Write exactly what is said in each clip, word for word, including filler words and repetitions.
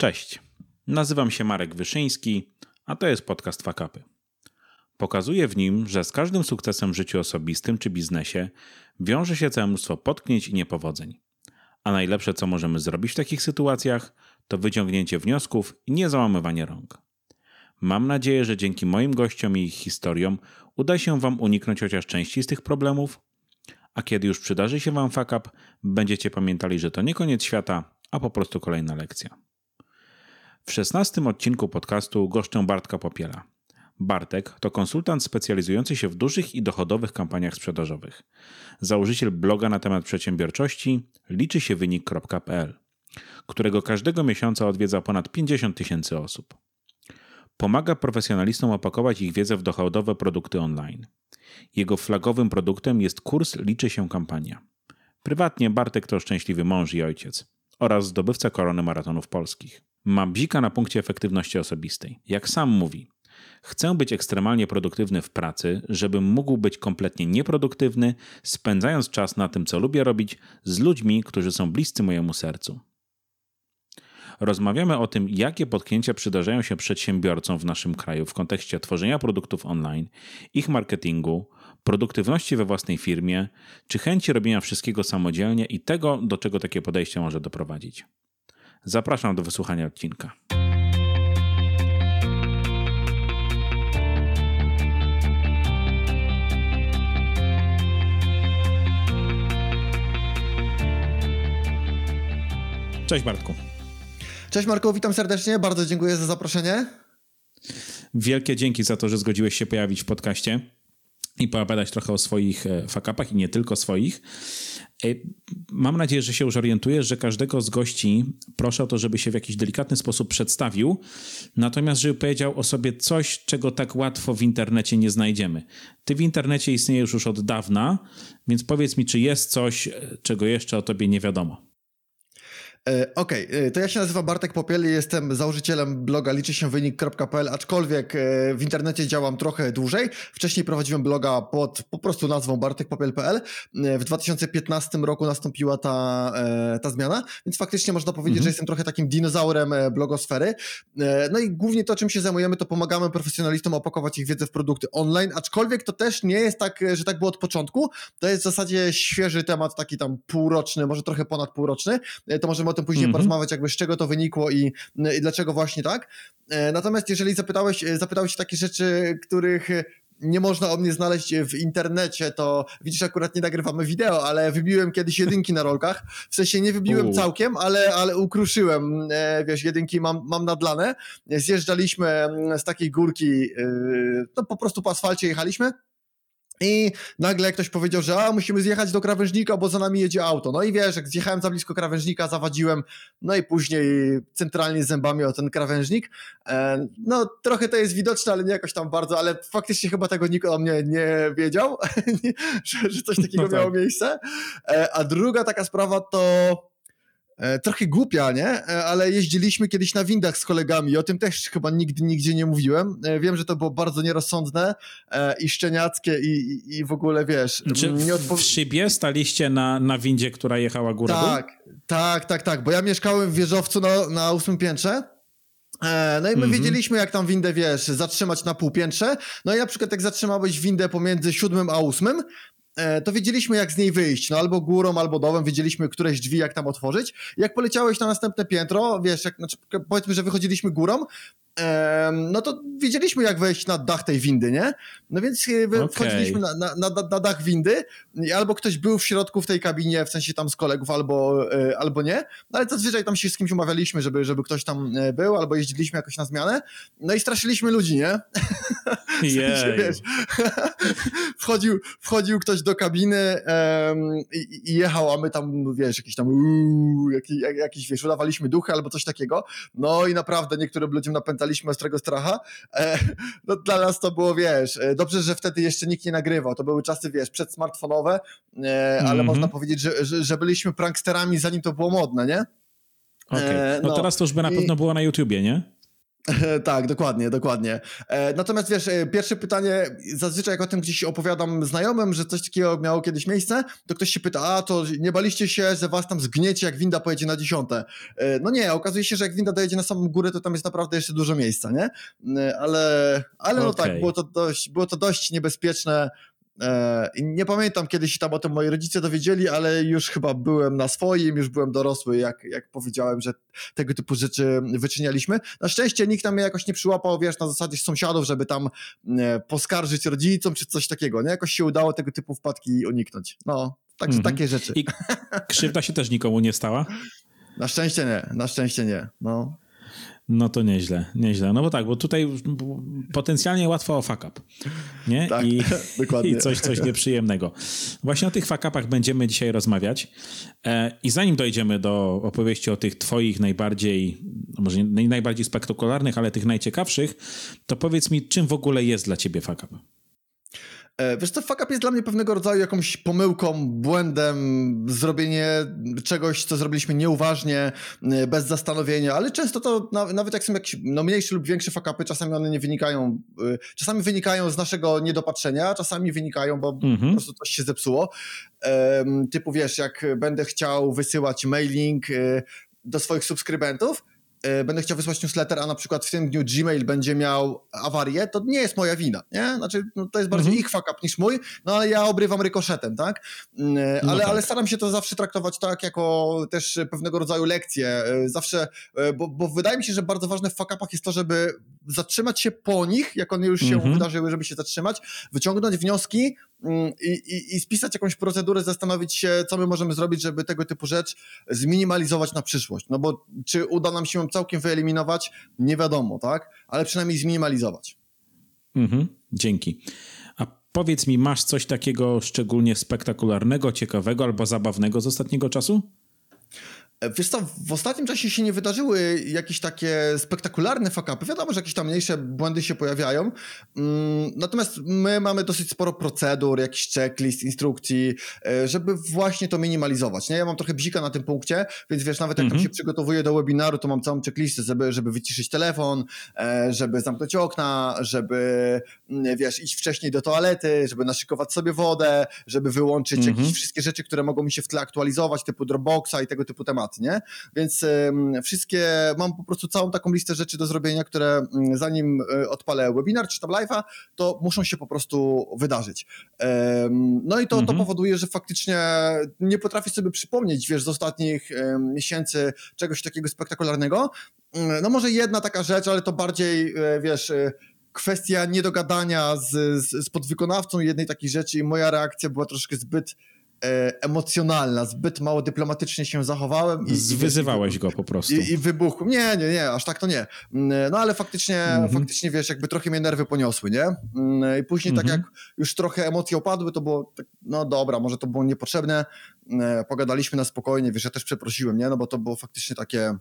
Cześć, nazywam się Marek Wyszyński, a to jest podcast Fuck Upy. Pokazuję w nim, że z każdym sukcesem w życiu osobistym czy biznesie wiąże się całe mnóstwo potknięć i niepowodzeń. A najlepsze, co możemy zrobić w takich sytuacjach, to wyciągnięcie wniosków i nie załamywanie rąk. Mam nadzieję, że dzięki moim gościom i ich historiom uda się Wam uniknąć chociaż części z tych problemów, a kiedy już przydarzy się Wam fuck up, będziecie pamiętali, że to nie koniec świata, a po prostu kolejna lekcja. W szesnastym odcinku podcastu goszczę Bartka Popiela. Bartek to konsultant specjalizujący się w dużych i dochodowych kampaniach sprzedażowych. Założyciel bloga na temat przedsiębiorczości liczy się wynik kropka p l, którego każdego miesiąca odwiedza ponad pięćdziesiąt tysięcy osób. Pomaga profesjonalistom opakować ich wiedzę w dochodowe produkty online. Jego flagowym produktem jest kurs Liczy się kampania. Prywatnie Bartek to szczęśliwy mąż i ojciec oraz zdobywca korony maratonów polskich. Ma bzika na punkcie efektywności osobistej. Jak sam mówi, chcę być ekstremalnie produktywny w pracy, żebym mógł być kompletnie nieproduktywny, spędzając czas na tym, co lubię robić, z ludźmi, którzy są bliscy mojemu sercu. Rozmawiamy o tym, jakie potknięcia przydarzają się przedsiębiorcom w naszym kraju w kontekście tworzenia produktów online, ich marketingu, produktywności we własnej firmie, czy chęci robienia wszystkiego samodzielnie i tego, do czego takie podejście może doprowadzić. Zapraszam do wysłuchania odcinka. Cześć Bartku. Cześć Marku, witam serdecznie, bardzo dziękuję za zaproszenie. Wielkie dzięki za to, że zgodziłeś się pojawić w podcaście i poopadać trochę o swoich fuck upach i nie tylko swoich. Mam nadzieję, że się już orientujesz, że każdego z gości proszę o to, żeby się w jakiś delikatny sposób przedstawił, natomiast żeby powiedział o sobie coś, czego tak łatwo w internecie nie znajdziemy. Ty w internecie istniejesz już od dawna, więc powiedz mi, czy jest coś, czego jeszcze o tobie nie wiadomo. Okej, okay. To ja się nazywam Bartek Popiel i jestem założycielem bloga liczy się wynik kropka p l, aczkolwiek w internecie działam trochę dłużej. Wcześniej prowadziłem bloga pod po prostu nazwą bartek popiel kropka p l. W dwa tysiące piętnastym roku nastąpiła ta, ta zmiana, więc faktycznie można powiedzieć, mhm. że jestem trochę takim dinozaurem blogosfery. No i głównie to, czym się zajmujemy, to pomagamy profesjonalistom opakować ich wiedzę w produkty online, aczkolwiek to też nie jest tak, że tak było od początku. To jest w zasadzie świeży temat, taki tam półroczny, może trochę ponad półroczny. To możemy o tym później mm-hmm. porozmawiać, jakby z czego to wynikło i, i dlaczego właśnie tak. Natomiast jeżeli zapytałeś, zapytałeś takie rzeczy, których nie można o mnie znaleźć w internecie, to widzisz, akurat nie nagrywamy wideo, ale wybiłem kiedyś jedynki na rolkach. W sensie nie wybiłem U. całkiem, ale, ale ukruszyłem, wiesz, jedynki mam, mam nadlane. Zjeżdżaliśmy z takiej górki, no po prostu po asfalcie jechaliśmy. I nagle ktoś powiedział, że a, musimy zjechać do krawężnika, bo za nami jedzie auto. No i wiesz, jak zjechałem za blisko krawężnika, zawadziłem, no i później centralnie zębami o ten krawężnik. E, no trochę to jest widoczne, ale nie jakoś tam bardzo, ale faktycznie chyba tego nikt o mnie nie wiedział, że, że coś takiego no tak. miało miejsce. E, a druga taka sprawa to... Trochę głupia, nie? Ale jeździliśmy kiedyś na windach z kolegami i o tym też chyba nigdy nigdzie nie mówiłem. Wiem, że to było bardzo nierozsądne i szczeniackie i, i w ogóle, wiesz... Czy w, odpo- w szybie staliście na, na windzie, która jechała górą? Tak, tak, tak, tak, bo ja mieszkałem w wieżowcu na, na ósmym piętrze. No i my mm-hmm. wiedzieliśmy, jak tam windę, wiesz, zatrzymać na półpiętrze. No i na przykład jak zatrzymałeś windę pomiędzy siódmym a ósmym, to wiedzieliśmy, jak z niej wyjść, no albo górą, albo dołem, wiedzieliśmy któreś drzwi, jak tam otworzyć. Jak poleciałeś na następne piętro, wiesz, jak, znaczy, powiedzmy, że wychodziliśmy górą, em, no to wiedzieliśmy, jak wejść na dach tej windy, nie? No więc okay. wchodziliśmy na, na, na, na dach windy i albo ktoś był w środku w tej kabinie, w sensie tam z kolegów, albo, e, albo nie, no ale zazwyczaj tam się z kimś umawialiśmy, żeby, żeby ktoś tam był, albo jeździliśmy jakoś na zmianę, no i straszyliśmy ludzi, nie? W sensie, wiesz, wchodził, wchodził ktoś do kabiny um, i, i jechał, a my tam, wiesz, jakiś tam uuu, jakiś, jakiś, wiesz, udawaliśmy duchy albo coś takiego. No i naprawdę niektórym ludziom napętaliśmy ostrego stracha. E, no dla nas to było, wiesz, dobrze, że wtedy jeszcze nikt nie nagrywał. To były czasy, wiesz, przedsmartfonowe, e, ale mm-hmm. można powiedzieć, że, że, że byliśmy pranksterami, zanim to było modne, nie? Okej, okay. no, no teraz to już by na pewno i... było na YouTubie, nie? Tak, dokładnie, dokładnie. E, natomiast wiesz, e, pierwsze pytanie, zazwyczaj jak o tym gdzieś opowiadam znajomym, że coś takiego miało kiedyś miejsce, to ktoś się pyta, a to nie baliście się, że was tam zgniecie, jak winda pojedzie na dziesiąte. E, no nie, okazuje się, że jak winda dojedzie na samą górę, to tam jest naprawdę jeszcze dużo miejsca, nie? E, ale ale no Okay. tak, było to dość, było to dość niebezpieczne. I nie pamiętam, kiedy się tam o tym moi rodzice dowiedzieli, ale już chyba byłem na swoim, już byłem dorosły, jak, jak powiedziałem, że tego typu rzeczy wyczynialiśmy. Na szczęście nikt tam mnie jakoś nie przyłapał, wiesz, na zasadzie sąsiadów, żeby tam e, poskarżyć rodzicom czy coś takiego, nie? Jakoś się udało tego typu wpadki uniknąć. No, także mm-hmm. takie rzeczy. I krzywda się też nikomu nie stała? Na szczęście nie, na szczęście nie, no. No to nieźle, nieźle. No bo tak, bo tutaj potencjalnie łatwo o fuck up, nie? Tak, I, dokładnie. I coś, coś nieprzyjemnego. Właśnie o tych fuck upach będziemy dzisiaj rozmawiać. E, I zanim dojdziemy do opowieści o tych twoich najbardziej, może nie najbardziej spektakularnych, ale tych najciekawszych, to powiedz mi, czym w ogóle jest dla ciebie fuck up? Wiesz co, fuck up jest dla mnie pewnego rodzaju jakąś pomyłką, błędem, zrobienie czegoś, co zrobiliśmy nieuważnie, bez zastanowienia, ale często to nawet jak są jakieś no, mniejsze lub większe fuck upy, czasami one nie wynikają, czasami wynikają z naszego niedopatrzenia, czasami wynikają, bo mhm. po prostu coś się zepsuło. Typu wiesz, jak będę chciał wysyłać mailing do swoich subskrybentów, będę chciał wysłać newsletter, a na przykład w tym dniu Gmail będzie miał awarię, to nie jest moja wina, nie? Znaczy, no, to jest bardziej mm-hmm. ich fuck up niż mój, no ale ja obrywam rykoszetem, tak? Ale, no tak? ale staram się to zawsze traktować tak, jako też pewnego rodzaju lekcję. Zawsze, bo, bo wydaje mi się, że bardzo ważne w fuck upach jest to, żeby zatrzymać się po nich, jak one już się mm-hmm. wydarzyły, żeby się zatrzymać, wyciągnąć wnioski i, i, i spisać jakąś procedurę, zastanowić się, co my możemy zrobić, żeby tego typu rzecz zminimalizować na przyszłość. No bo czy uda nam się ją całkiem wyeliminować? Nie wiadomo, tak? Ale przynajmniej zminimalizować. Mhm, dzięki. A powiedz mi, masz coś takiego szczególnie spektakularnego, ciekawego albo zabawnego z ostatniego czasu? Wiesz co, w ostatnim czasie się nie wydarzyły jakieś takie spektakularne fuck-upy. Wiadomo, że jakieś tam mniejsze błędy się pojawiają. Natomiast my mamy dosyć sporo procedur, jakichś checklist, instrukcji, żeby właśnie to minimalizować. Nie? Ja mam trochę bzika na tym punkcie, więc wiesz, nawet jak mm-hmm. tam się przygotowuję do webinaru, to mam całą checklistę, żeby, żeby wyciszyć telefon, żeby zamknąć okna, żeby wiesz, iść wcześniej do toalety, żeby naszykować sobie wodę, żeby wyłączyć mm-hmm. jakieś wszystkie rzeczy, które mogą mi się w tle aktualizować, typu Dropboxa i tego typu tematy. Nie? Więc y, wszystkie, mam po prostu całą taką listę rzeczy do zrobienia, które y, zanim y, odpalę webinar czy tam live'a, to muszą się po prostu wydarzyć. Y, no i to, mhm. to powoduje, że faktycznie nie potrafię sobie przypomnieć, wiesz, z ostatnich y, miesięcy czegoś takiego spektakularnego. Y, no może jedna taka rzecz, ale to bardziej, y, wiesz... Y, kwestia niedogadania z, z, z podwykonawcą jednej takiej rzeczy i moja reakcja była troszkę zbyt emocjonalna, zbyt mało dyplomatycznie się zachowałem. I, Zwyzywałeś i, go po prostu. I, i wybuchł. Nie, nie, nie, aż tak to nie. No ale faktycznie, mm-hmm. faktycznie wiesz, jakby trochę mnie nerwy poniosły, nie? I później mm-hmm. tak jak już trochę emocje opadły, to było tak, no dobra, może to było niepotrzebne. Pogadaliśmy na spokojnie, wiesz, ja też przeprosiłem, nie? No bo to było faktycznie takie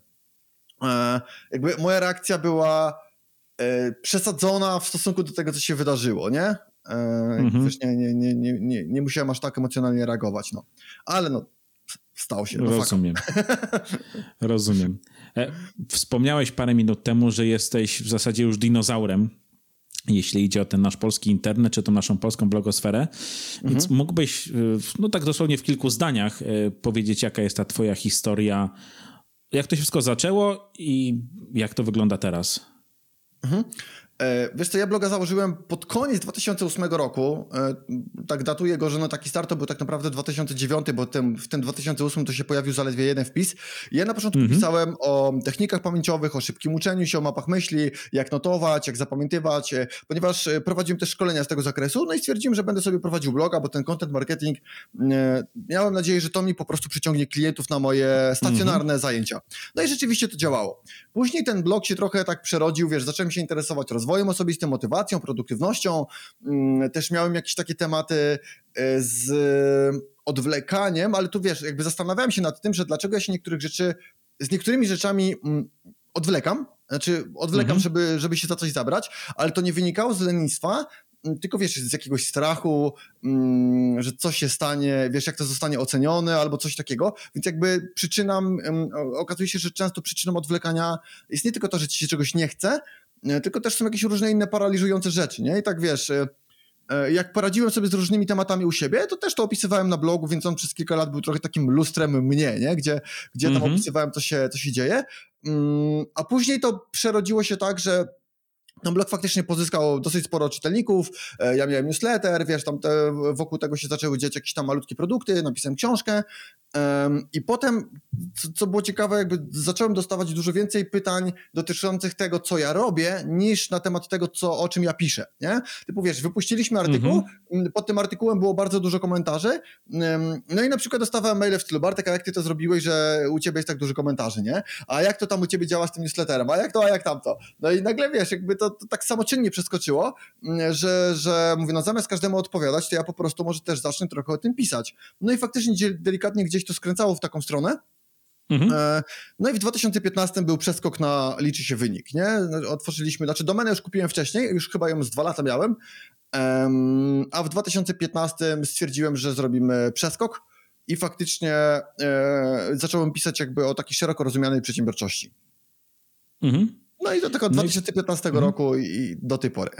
jakby moja reakcja była przesadzona w stosunku do tego, co się wydarzyło, nie? Mm-hmm. Wiesz, nie, nie, nie, nie, nie, nie musiałem aż tak emocjonalnie reagować, no. Ale no, stało się. No Rozumiem. Rozumiem. E, wspomniałeś parę minut temu, że jesteś w zasadzie już dinozaurem, jeśli idzie o ten nasz polski internet, czy tą naszą polską blogosferę. Więc mm-hmm. mógłbyś, no tak dosłownie w kilku zdaniach powiedzieć, jaka jest ta twoja historia, jak to się wszystko zaczęło i jak to wygląda teraz? Mhm. Wiesz co, ja bloga założyłem pod koniec dwa tysiące ósmego roku. Tak datuję go, że no taki start to był tak naprawdę dwa tysiące dziewiąty, bo tym, w tym dwa tysiące ósmym to się pojawił zaledwie jeden wpis. Ja na początku mm-hmm. pisałem o technikach pamięciowych, o szybkim uczeniu się, o mapach myśli, jak notować, jak zapamiętywać, ponieważ prowadziłem też szkolenia z tego zakresu, no i stwierdziłem, że będę sobie prowadził bloga, bo ten content marketing, miałem nadzieję, że to mi po prostu przyciągnie klientów na moje stacjonarne mm-hmm. zajęcia. No i rzeczywiście to działało. Później ten blog się trochę tak przerodził, wiesz, zacząłem się interesować rozwojem osobistym, motywacją, produktywnością. Też miałem jakieś takie tematy z odwlekaniem, ale tu wiesz, jakby zastanawiałem się nad tym, że dlaczego ja się niektórych rzeczy, z niektórymi rzeczami odwlekam, znaczy odwlekam, mhm. żeby, żeby się za coś zabrać, ale to nie wynikało z lenistwa, tylko wiesz, z jakiegoś strachu, że coś się stanie, wiesz, jak to zostanie ocenione albo coś takiego, więc jakby przyczyną, okazuje się, że często przyczyną odwlekania jest nie tylko to, że ci się czegoś nie chce, tylko też są jakieś różne inne paraliżujące rzeczy, nie? I tak wiesz, jak poradziłem sobie z różnymi tematami u siebie, to też to opisywałem na blogu, więc on przez kilka lat był trochę takim lustrem mnie, nie? Gdzie, gdzie tam mm-hmm. opisywałem, co się, co się dzieje. A później to przerodziło się tak, że ten blog faktycznie pozyskał dosyć sporo czytelników, ja miałem newsletter, wiesz, tam te, wokół tego się zaczęły dziać jakieś tam malutkie produkty, napisałem książkę um, i potem, co, co było ciekawe, jakby zacząłem dostawać dużo więcej pytań dotyczących tego, co ja robię, niż na temat tego, co, o czym ja piszę, nie? Typu, wiesz, wypuściliśmy artykuł, mm-hmm. pod tym artykułem było bardzo dużo komentarzy, um, no i na przykład dostawałem maile w stylu: Bartek, a jak ty to zrobiłeś, że u ciebie jest tak dużo komentarzy, nie? A jak to tam u ciebie działa z tym newsletterem? A jak to, a jak tamto? No i nagle, wiesz, jakby to to tak samoczynnie przeskoczyło, że, że mówię, no zamiast każdemu odpowiadać, to ja po prostu może też zacznę trochę o tym pisać. No i faktycznie delikatnie gdzieś to skręcało w taką stronę. Mhm. No i w dwa tysiące piętnastym był przeskok na liczy się wynik, nie? Otworzyliśmy, znaczy domenę już kupiłem wcześniej, już chyba ją z dwa lata miałem, a w dwa tysiące piętnastym stwierdziłem, że zrobimy przeskok i faktycznie e, zacząłem pisać jakby o takiej szeroko rozumianej przedsiębiorczości. Mhm. No i do tego no dwa tysiące piętnastego i... roku i do tej pory.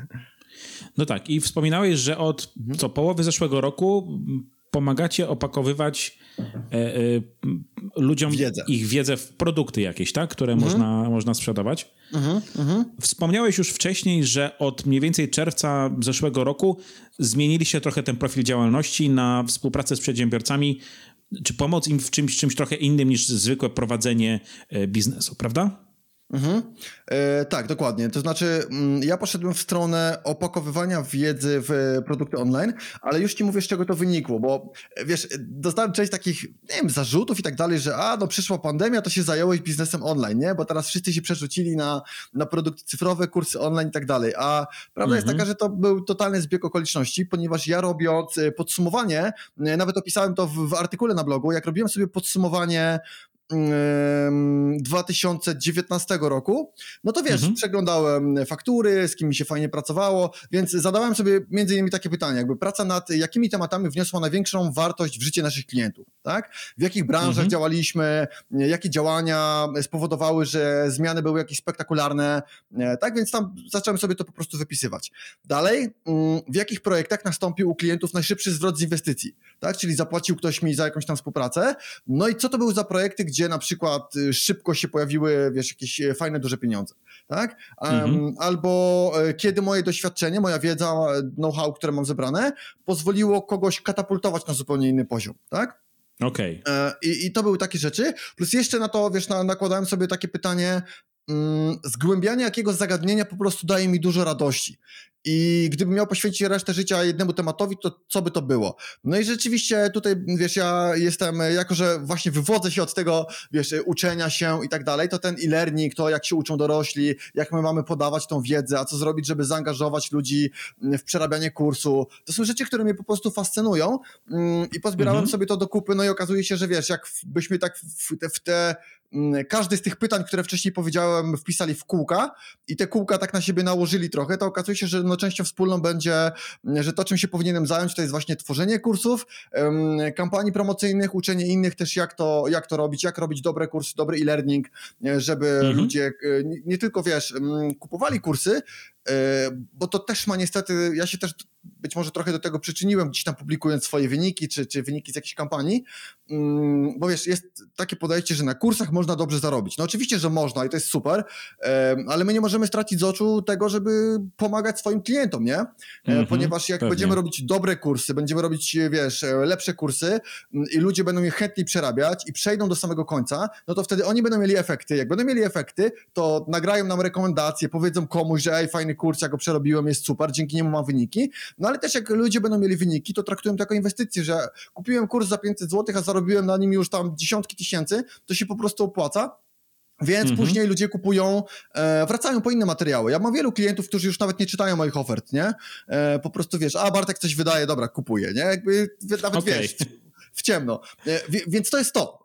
No tak, i wspominałeś, że od mhm. co połowy zeszłego roku pomagacie opakowywać e, e, ludziom wiedzę. ich wiedzę w produkty jakieś, tak? Które mhm. można, można sprzedawać. Mhm. Mhm. Wspomniałeś już wcześniej, że od mniej więcej czerwca zeszłego roku zmieniliście trochę ten profil działalności na współpracę z przedsiębiorcami, czy pomoc im w czymś, czymś trochę innym niż zwykłe prowadzenie biznesu, prawda? Mhm. E, tak, dokładnie. To znaczy m, ja poszedłem w stronę opakowywania wiedzy w produkty online, ale już ci mówię, z czego to wynikło, bo wiesz, dostałem część takich, nie wiem, zarzutów i tak dalej, że a, no przyszła pandemia, to się zająłeś biznesem online, nie? Bo teraz wszyscy się przerzucili na, na produkty cyfrowe, kursy online i tak dalej, a prawda mhm. jest taka, że to był totalny zbieg okoliczności, ponieważ ja robiąc podsumowanie, nawet opisałem to w, w artykule na blogu, jak robiłem sobie podsumowanie dwa tysiące dziewiętnastego roku, no to wiesz, mhm. przeglądałem faktury, z kim mi się fajnie pracowało, więc zadałem sobie między innymi takie pytania, jakby praca nad jakimi tematami wniosła największą wartość w życie naszych klientów, tak? W jakich branżach mhm. działaliśmy, jakie działania spowodowały, że zmiany były jakieś spektakularne, tak? Więc tam zacząłem sobie to po prostu wypisywać. Dalej, w jakich projektach nastąpił u klientów najszybszy zwrot z inwestycji, tak? Czyli zapłacił ktoś mi za jakąś tam współpracę, no i co to były za projekty, gdzie na przykład szybko się pojawiły, wiesz, jakieś fajne, duże pieniądze, tak? Mhm. Um, albo kiedy moje doświadczenie, moja wiedza, know-how, które mam zebrane, pozwoliło kogoś katapultować na zupełnie inny poziom, tak? Okej. Okay. I, I to były takie rzeczy, plus jeszcze na to, wiesz, na, nakładałem sobie takie pytanie, um, zgłębianie jakiego zagadnienia po prostu daje mi dużo radości. I gdybym miał poświęcić resztę życia jednemu tematowi, to co by to było? No i rzeczywiście tutaj, wiesz, ja jestem, jako że właśnie wywodzę się od tego, wiesz, uczenia się i tak dalej, to ten e-learning, to jak się uczą dorośli, jak my mamy podawać tą wiedzę, a co zrobić, żeby zaangażować ludzi w przerabianie kursu, to są rzeczy, które mnie po prostu fascynują i pozbierałem mhm. sobie to do kupy, no i okazuje się, że wiesz, jakbyśmy tak w te, w te każdy z tych pytań, które wcześniej powiedziałem, wpisali w kółka i te kółka tak na siebie nałożyli trochę, to okazuje się, że no częścią wspólną będzie, że to, czym się powinienem zająć, to jest właśnie tworzenie kursów, um, kampanii promocyjnych, uczenie innych też jak to, jak to robić, jak robić dobre kursy, dobry e-learning, żeby mhm. ludzie nie, nie tylko, wiesz, kupowali kursy, bo to też ma niestety, ja się też być może trochę do tego przyczyniłem, gdzieś tam publikując swoje wyniki, czy, czy wyniki z jakiejś kampanii, bo wiesz, jest takie podejście, że na kursach można dobrze zarobić. No oczywiście, że można i to jest super, ale my nie możemy stracić z oczu tego, żeby pomagać swoim klientom, nie? Mm-hmm, ponieważ jak pewnie. będziemy robić dobre kursy, będziemy robić, wiesz, lepsze kursy i ludzie będą je chętniej przerabiać i przejdą do samego końca, no to wtedy oni będą mieli efekty. Jak będą mieli efekty, to nagrają nam rekomendacje, powiedzą komuś, że ej, fajny kurs, ja go przerobiłem, jest super, dzięki niemu mam wyniki. No ale też jak ludzie będą mieli wyniki, to traktują to jako inwestycję, że kupiłem kurs za pięćset złotych, a zarobiłem na nim już tam dziesiątki tysięcy, to się po prostu opłaca. Więc mm-hmm. później ludzie kupują, e, wracają po inne materiały. Ja mam wielu klientów, którzy już nawet nie czytają moich ofert, nie? E, po prostu wiesz, a Bartek coś wydaje, dobra, kupuję, nie? Jakby nawet okay. wiesz... w ciemno. Więc to jest to.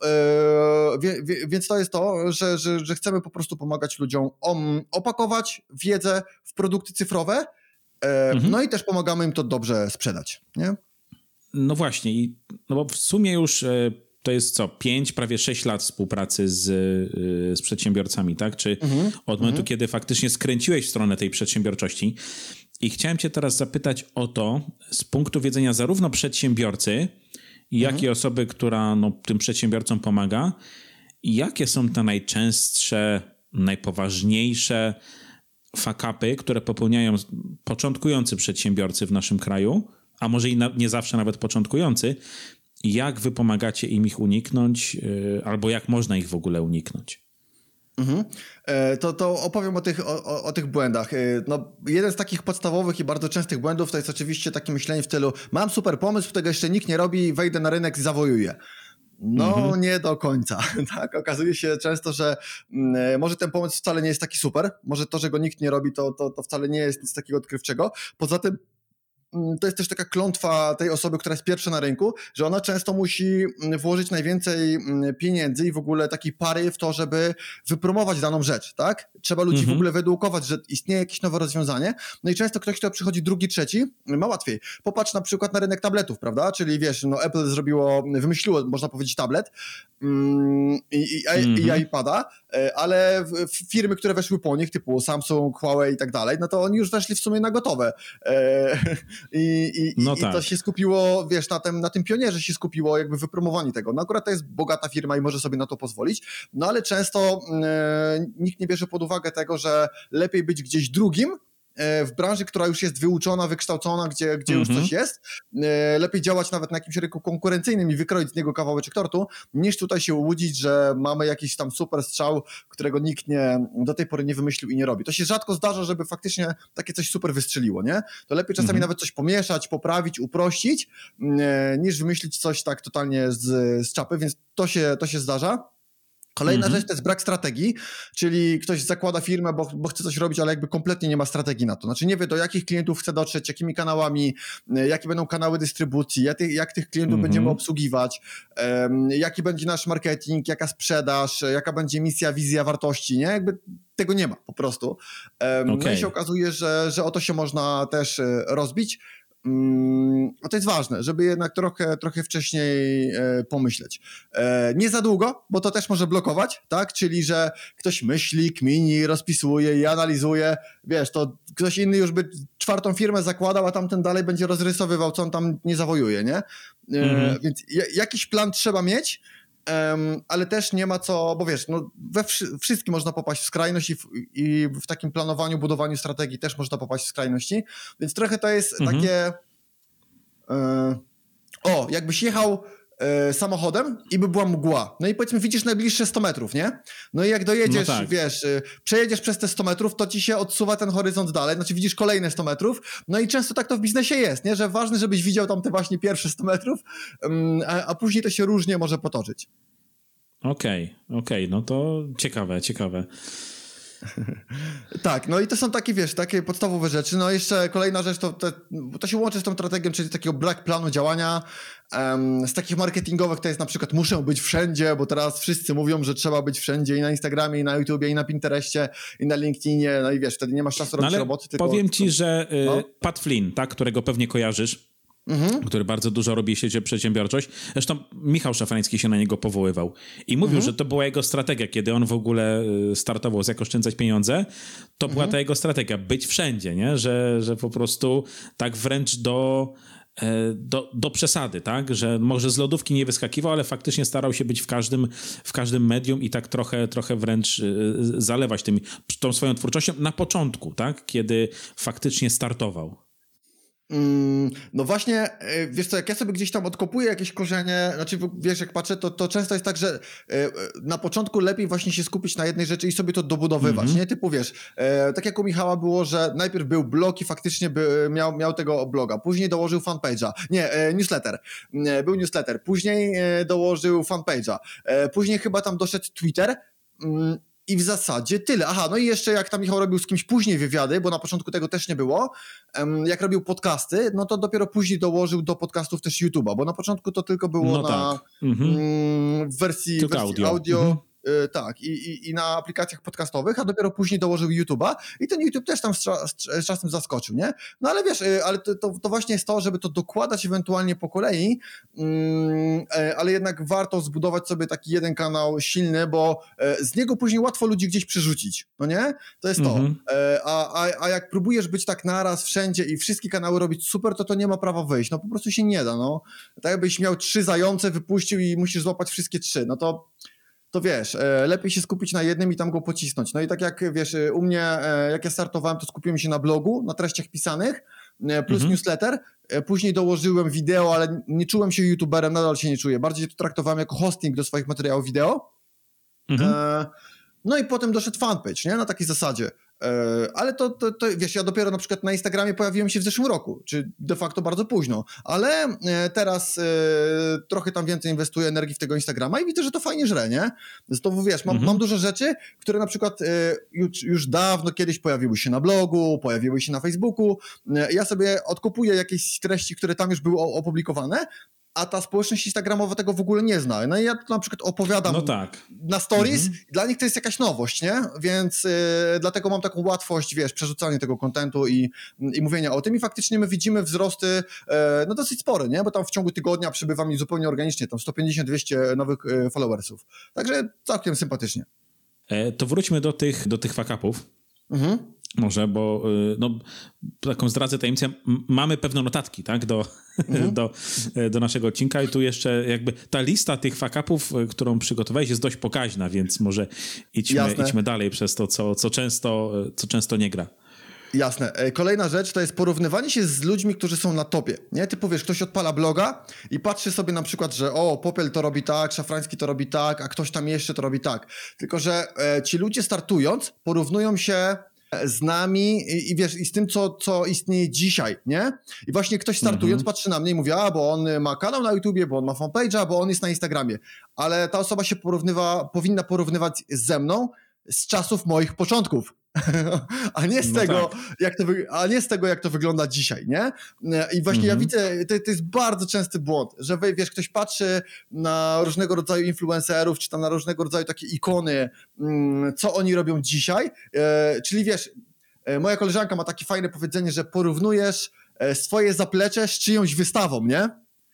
Więc to jest to, że, że, że chcemy po prostu pomagać ludziom opakować wiedzę w produkty cyfrowe E, mhm. No i też pomagamy im to dobrze sprzedać, nie? No właśnie, i, no bo w sumie już e, to jest co, pięć, prawie sześć lat współpracy z, e, z przedsiębiorcami, tak? Czy mhm. od momentu, mhm. kiedy faktycznie skręciłeś w stronę tej przedsiębiorczości. I chciałem cię teraz zapytać o to z punktu widzenia zarówno przedsiębiorcy, jak mhm. i osoby, która no, tym przedsiębiorcom pomaga. Jakie są te najczęstsze, najpoważniejsze fuck-upy, które popełniają początkujący przedsiębiorcy w naszym kraju, a może i na, nie zawsze nawet początkujący, jak wy pomagacie im ich uniknąć, yy, albo jak można ich w ogóle uniknąć? Mhm. E, to, to opowiem o tych, o, o tych błędach. E, no, jeden z takich podstawowych i bardzo częstych błędów to jest oczywiście takie myślenie w stylu mam super pomysł, którego jeszcze nikt nie robi, wejdę na rynek i zawojuję. No mhm. nie do końca. Tak? Okazuje się często, że mm, może ten pomysł wcale nie jest taki super, może to, że go nikt nie robi, to, to, to wcale nie jest nic takiego odkrywczego. Poza tym to jest też taka klątwa tej osoby, która jest pierwsza na rynku, że ona często musi włożyć najwięcej pieniędzy i w ogóle takiej pary w to, żeby wypromować daną rzecz, tak? Trzeba ludzi mhm. w ogóle wyedukować, że istnieje jakieś nowe rozwiązanie. No i często ktoś, kto przychodzi drugi, trzeci, ma łatwiej. Popatrz na przykład na rynek tabletów, prawda? Czyli wiesz, no Apple zrobiło, wymyśliło, można powiedzieć, tablet mm, i, i, mhm. i iPada, ale firmy, które weszły po nich, typu Samsung, Huawei i tak dalej, no to oni już weszli w sumie na gotowe. I, i, no i tak. to się skupiło, wiesz, na tym, na tym pionierze się skupiło jakby wypromowanie tego. No akurat to jest bogata firma i może sobie na to pozwolić, no ale często e, nikt nie bierze pod uwagę tego, że lepiej być gdzieś drugim, w branży, która już jest wyuczona, wykształcona, gdzie, gdzie mm-hmm. już coś jest. Lepiej działać nawet na jakimś rynku konkurencyjnym i wykroić z niego kawałeczek tortu, niż tutaj się łudzić, że mamy jakiś tam super strzał, którego nikt nie, do tej pory nie wymyślił i nie robi. To się rzadko zdarza, żeby faktycznie takie coś super wystrzeliło, nie? To lepiej czasami mm-hmm. nawet coś pomieszać, poprawić, uprościć, niż wymyślić coś tak totalnie z, z czapy, więc to się, to się zdarza. Kolejna mm-hmm. rzecz to jest brak strategii, czyli ktoś zakłada firmę, bo, bo chce coś robić, ale jakby kompletnie nie ma strategii na to. Znaczy nie wie, do jakich klientów chce dotrzeć, jakimi kanałami, jakie będą kanały dystrybucji, jak, jak tych klientów mm-hmm. będziemy obsługiwać, um, jaki będzie nasz marketing, jaka sprzedaż, jaka będzie misja, wizja, wartości, nie? Jakby tego nie ma po prostu. Um, okay. No i się okazuje, że, że o to się można też rozbić. No to jest ważne, żeby jednak trochę, trochę wcześniej e, pomyśleć. E, nie za długo, bo to też może blokować, tak? Czyli, że ktoś myśli, kmini, rozpisuje i analizuje, wiesz, to ktoś inny już by czwartą firmę zakładał, a tamten dalej będzie rozrysowywał, co on tam nie zawojuje, nie? E, mhm. Więc j- jakiś plan trzeba mieć, Um, ale też nie ma co, bo wiesz, no we wszy- wszystkim można popaść w skrajność i w, i w takim planowaniu, budowaniu strategii też można popaść w skrajności, więc trochę to jest mhm. takie e, o, jakbyś jechał e, samochodem i by była mgła, no i powiedzmy widzisz najbliższe sto metrów, nie? No i jak dojedziesz, no tak. wiesz, e, przejedziesz przez te sto metrów, to ci się odsuwa ten horyzont dalej, znaczy widzisz kolejne sto metrów, no i często tak to w biznesie jest, nie? Że ważne, żebyś widział tam te właśnie pierwsze sto metrów, um, a, a później to się różnie może potoczyć. Okej, okay, okej, okay, no to ciekawe, ciekawe. Tak, no i to są takie, wiesz, takie podstawowe rzeczy. No jeszcze kolejna rzecz, to, to, to się łączy z tą strategią, czyli takiego brak planu działania. Um, z takich marketingowych to jest na przykład muszę być wszędzie, bo teraz wszyscy mówią, że trzeba być wszędzie i na Instagramie, i na YouTubie, i na Pinterestie, i na LinkedInie, no i wiesz, wtedy nie masz czasu robić no, roboty. Tylko, powiem ci, to, że y, no? Pat Flynn, tak, którego pewnie kojarzysz, Mhm. który bardzo dużo robi, jeśli chodzi o przedsiębiorczość. Zresztą Michał Szafrański się na niego powoływał i mówił, mhm. że to była jego strategia, kiedy on w ogóle startował z jak oszczędzać pieniądze, to mhm. była ta jego strategia, być wszędzie, nie? Że, że po prostu tak wręcz do, do, do przesady, tak? Że może z lodówki nie wyskakiwał, ale faktycznie starał się być w każdym, w każdym medium i tak trochę, trochę wręcz zalewać tym, tą swoją twórczością na początku, tak? Kiedy faktycznie startował. No właśnie, wiesz co, jak ja sobie gdzieś tam odkopuję jakieś korzenie, znaczy wiesz, jak patrzę, to, to często jest tak, że na początku lepiej właśnie się skupić na jednej rzeczy i sobie to dobudowywać, mm-hmm. nie? Typu wiesz, tak jak u Michała było, że najpierw był blog i faktycznie by, miał, miał tego bloga, później dołożył fanpage'a, nie, newsletter, był newsletter, później dołożył fanpage'a, później chyba tam doszedł Twitter, i w zasadzie tyle. Aha, no i jeszcze jak tam Michał robił z kimś później wywiady, bo na początku tego też nie było, jak robił podcasty, no to dopiero później dołożył do podcastów też YouTube'a, bo na początku to tylko było no na tak. mhm. w wersji, wersji audio, audio yy, tak, i, i, i na aplikacjach podcastowych, a dopiero później dołożył YouTube'a i ten YouTube też tam z, z, z czasem zaskoczył, nie? No ale wiesz, yy, ale to, to, to właśnie jest to, żeby to dokładać ewentualnie po kolei, yy, yy, ale jednak warto zbudować sobie taki jeden kanał silny, bo yy, z niego później łatwo ludzi gdzieś przerzucić, no nie? To jest to. Mhm. Yy, a, a, a jak próbujesz być tak naraz wszędzie i wszystkie kanały robić super, to to nie ma prawa wyjść, no po prostu się nie da, no. Tak jakbyś miał trzy zające, wypuścił i musisz złapać wszystkie trzy, no to to wiesz, e, lepiej się skupić na jednym i tam go pocisnąć. No i tak jak wiesz, e, u mnie, e, jak ja startowałem, to skupiłem się na blogu, na treściach pisanych, e, plus Mhm. newsletter, e, później dołożyłem wideo, ale nie czułem się youtuberem, nadal się nie czuję, bardziej to traktowałem jako hosting do swoich materiałów wideo. Mhm. E, no i potem doszedł fanpage, nie? Na takiej zasadzie. E, ale to, to, to, wiesz, ja dopiero na przykład na Instagramie pojawiłem się w zeszłym roku, czy de facto bardzo późno, ale e, teraz e, trochę tam więcej inwestuję energii w tego Instagrama i widzę, że to fajnie żre, nie? To wiesz, mam, Mhm. mam dużo rzeczy, które na przykład e, już, już dawno kiedyś pojawiły się na blogu, pojawiły się na Facebooku. E, ja sobie odkupuję jakieś treści, które tam już były opublikowane, a ta społeczność instagramowa tego w ogóle nie zna. No i ja to na przykład opowiadam No tak. na stories, Mhm. dla nich to jest jakaś nowość, nie? Więc yy, dlatego mam taką łatwość, wiesz, przerzucania tego kontentu i, i mówienia o tym i faktycznie my widzimy wzrosty yy, no dosyć spore, nie? Bo tam w ciągu tygodnia przybywa mi zupełnie organicznie, tam sto pięćdziesiąt dwieście nowych yy, followersów. Także całkiem sympatycznie. E, to wróćmy do tych, do tych fuck-upów. Mhm. Może, bo y, no, taką zdradzę tajemnicę, m- mamy pewne notatki, tak, do, Mhm. do, do naszego odcinka i tu jeszcze jakby ta lista tych fuck-upów, y, którą przygotowałeś, jest dość pokaźna, więc może idźmy, idźmy dalej przez to, co, co, często, co często nie gra. Jasne. Kolejna rzecz to jest porównywanie się z ludźmi, którzy są na topie, nie? Ty powiesz, ktoś odpala bloga i patrzy sobie na przykład, że o, Popiel to robi tak, Szafrański to robi tak, a ktoś tam jeszcze to robi tak. Tylko że e, ci ludzie startując porównują się z nami i, i wiesz, i z tym, co, co istnieje dzisiaj, nie? I właśnie ktoś startując Mhm. patrzy na mnie i mówi, a, bo on ma kanał na YouTubie, bo on ma fanpage'a, bo on jest na Instagramie. Ale ta osoba się porównywa, powinna porównywać ze mną z czasów moich początków. a nie z No tego, tak. jak to wy, a nie z tego, jak to wygląda dzisiaj, nie? I właśnie Mhm. ja widzę, to, to jest bardzo częsty błąd, że wy, wiesz, ktoś patrzy na różnego rodzaju influencerów, czy tam na różnego rodzaju takie ikony, co oni robią dzisiaj, e, czyli wiesz, e, moja koleżanka ma takie fajne powiedzenie, że porównujesz e, swoje zaplecze z czyjąś wystawą, nie?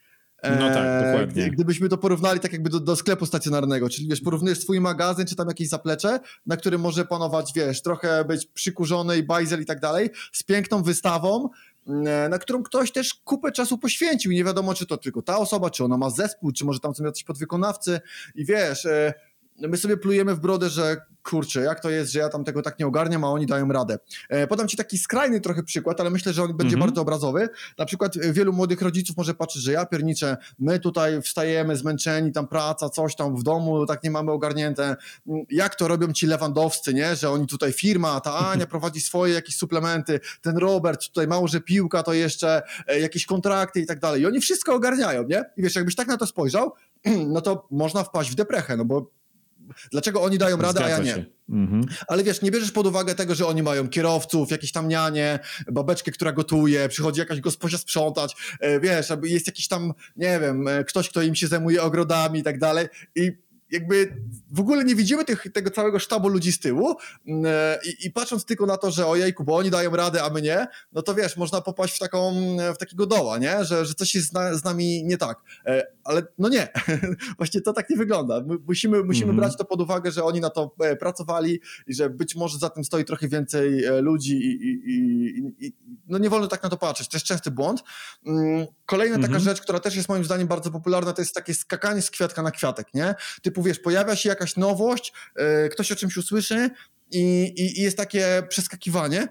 No tak, dokładnie. Gdybyśmy to porównali tak jakby do, do sklepu stacjonarnego, czyli wiesz, porównujesz swój magazyn, czy tam jakieś zaplecze, na którym może panować, wiesz, trochę być przykurzony i bajzel i tak dalej, z piękną wystawą, na którą ktoś też kupę czasu poświęcił i nie wiadomo, czy to tylko ta osoba, czy ona ma zespół, czy może tam są jacyś podwykonawcy i wiesz, my sobie plujemy w brodę, że kurczę, jak to jest, że ja tam tego tak nie ogarniam, a oni dają radę. E, podam ci taki skrajny trochę przykład, ale myślę, że on będzie Mhm. bardzo obrazowy. Na przykład wielu młodych rodziców może patrzeć, że ja pierniczę, my tutaj wstajemy zmęczeni, tam praca, coś tam w domu, tak nie mamy ogarnięte. Jak to robią ci lewandowscy, nie? Że oni tutaj firma, ta Ania prowadzi swoje jakieś suplementy, ten Robert tutaj mało, że piłka, to jeszcze e, jakieś kontrakty i tak dalej. I oni wszystko ogarniają, nie? I wiesz, jakbyś tak na to spojrzał, no to można wpaść w deprechę, no bo dlaczego oni dają radę, Zgadza a ja nie? się. Mhm. Ale wiesz, nie bierzesz pod uwagę tego, że oni mają kierowców, jakieś tam nianie, babeczkę, która gotuje, przychodzi jakaś gosposia sprzątać, e, wiesz, jest jakiś tam, nie wiem, e, ktoś, kto im się zajmuje ogrodami i tak dalej i jakby w ogóle nie widzimy tych, tego całego sztabu ludzi z tyłu e, i, i patrząc tylko na to, że ojejku, bo oni dają radę, a my nie, no to wiesz, można popaść w taką, w takiego doła, nie? Że, że coś jest z, na, z nami nie tak. E, ale no nie, właśnie to tak nie wygląda. My musimy, musimy Mhm. brać to pod uwagę, że oni na to e, pracowali i że być może za tym stoi trochę więcej e, ludzi i, i, i, i no nie wolno tak na to patrzeć. To jest częsty błąd. Mm, kolejna Mhm. taka rzecz, która też jest moim zdaniem bardzo popularna, to jest takie skakanie z kwiatka na kwiatek, nie? Typu wiesz, pojawia się jakaś nowość, e, ktoś o czymś usłyszy i, i, i jest takie przeskakiwanie.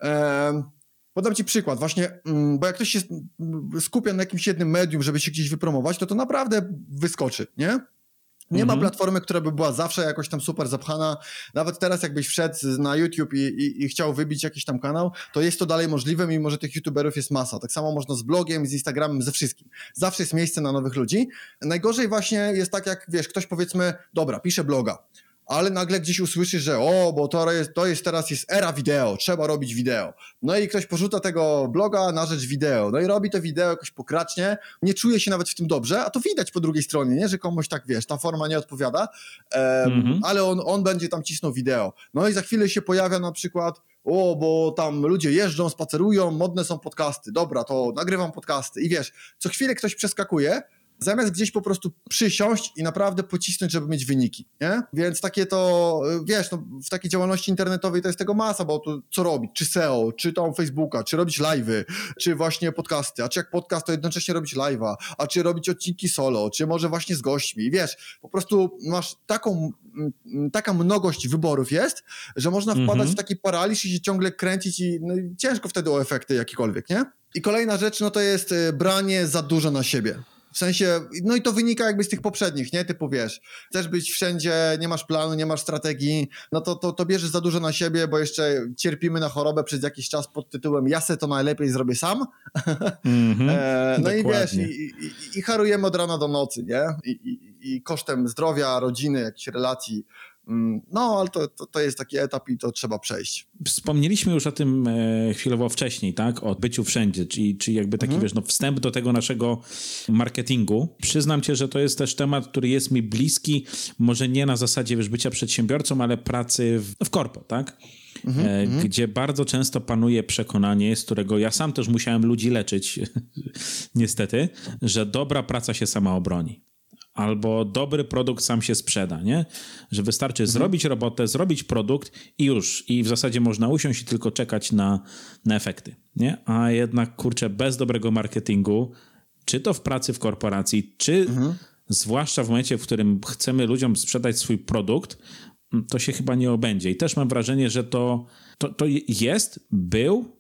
E, podam ci przykład, właśnie, mm, bo jak ktoś się skupia na jakimś jednym medium, żeby się gdzieś wypromować, to to naprawdę wyskoczy, nie? Nie ma Mhm. platformy, która by była zawsze jakoś tam super zapchana. Nawet teraz jakbyś wszedł na YouTube i, i, i chciał wybić jakiś tam kanał, to jest to dalej możliwe, mimo że tych YouTuberów jest masa. Tak samo można z blogiem, z Instagramem, ze wszystkim. Zawsze jest miejsce na nowych ludzi. Najgorzej właśnie jest tak, jak wiesz, ktoś powiedzmy, dobra, pisze bloga, ale nagle gdzieś usłyszysz, że o, bo to jest, to jest teraz jest era wideo, trzeba robić wideo. No i ktoś porzuca tego bloga na rzecz wideo, no i robi to wideo jakoś pokracznie, nie czuje się nawet w tym dobrze, a to widać po drugiej stronie, nie, że komuś tak, wiesz, ta forma nie odpowiada, um, mm-hmm. ale on, on będzie tam cisnął wideo. No i za chwilę się pojawia na przykład o, bo tam ludzie jeżdżą, spacerują, modne są podcasty, dobra, to nagrywam podcasty i wiesz, co chwilę ktoś przeskakuje, zamiast gdzieś po prostu przysiąść i naprawdę pocisnąć, żeby mieć wyniki, nie? Więc takie to, wiesz, no, w takiej działalności internetowej to jest tego masa, bo to co robić? Czy S E O, czy tam Facebooka, czy robić live'y, czy właśnie podcasty, a czy jak podcast, to jednocześnie robić live'a, a czy robić odcinki solo, czy może właśnie z gośćmi, wiesz, po prostu masz taką, taka mnogość wyborów jest, że można wpadać mhm. w taki paraliż i się ciągle kręcić i no, ciężko wtedy o efekty jakiekolwiek, nie? I kolejna rzecz, no to jest branie za dużo na siebie. W sensie, no i to wynika jakby z tych poprzednich, nie? Typu wiesz, chcesz być wszędzie, nie masz planu, nie masz strategii, no to, to, to bierzesz za dużo na siebie, bo jeszcze cierpimy na chorobę przez jakiś czas pod tytułem ja se to najlepiej zrobię sam. Mm-hmm, e, no dokładnie. I wiesz, i, i, i harujemy od rana do nocy, nie? I, i, i kosztem zdrowia, rodziny, jakichś relacji. No, ale to, to, to jest taki etap i to trzeba przejść. Wspomnieliśmy już o tym e, chwilowo wcześniej, tak? O byciu wszędzie, czyli, czyli jakby taki, mhm. wiesz, no, wstęp do tego naszego marketingu. Przyznam cię, że to jest też temat, który jest mi bliski, może nie na zasadzie, wiesz, bycia przedsiębiorcą, ale pracy w, w korpo, tak? Mhm, e, mhm. Gdzie bardzo często panuje przekonanie, z którego ja sam też musiałem ludzi leczyć, niestety, że dobra praca się sama obroni. Albo dobry produkt sam się sprzeda, nie? Że wystarczy mhm. zrobić robotę, zrobić produkt i już. I w zasadzie można usiąść i tylko czekać na, na efekty, nie? A jednak, kurczę, bez dobrego marketingu, czy to w pracy w korporacji, czy mhm. zwłaszcza w momencie, w którym chcemy ludziom sprzedać swój produkt, to się chyba nie obędzie. I też mam wrażenie, że to, to, to jest, był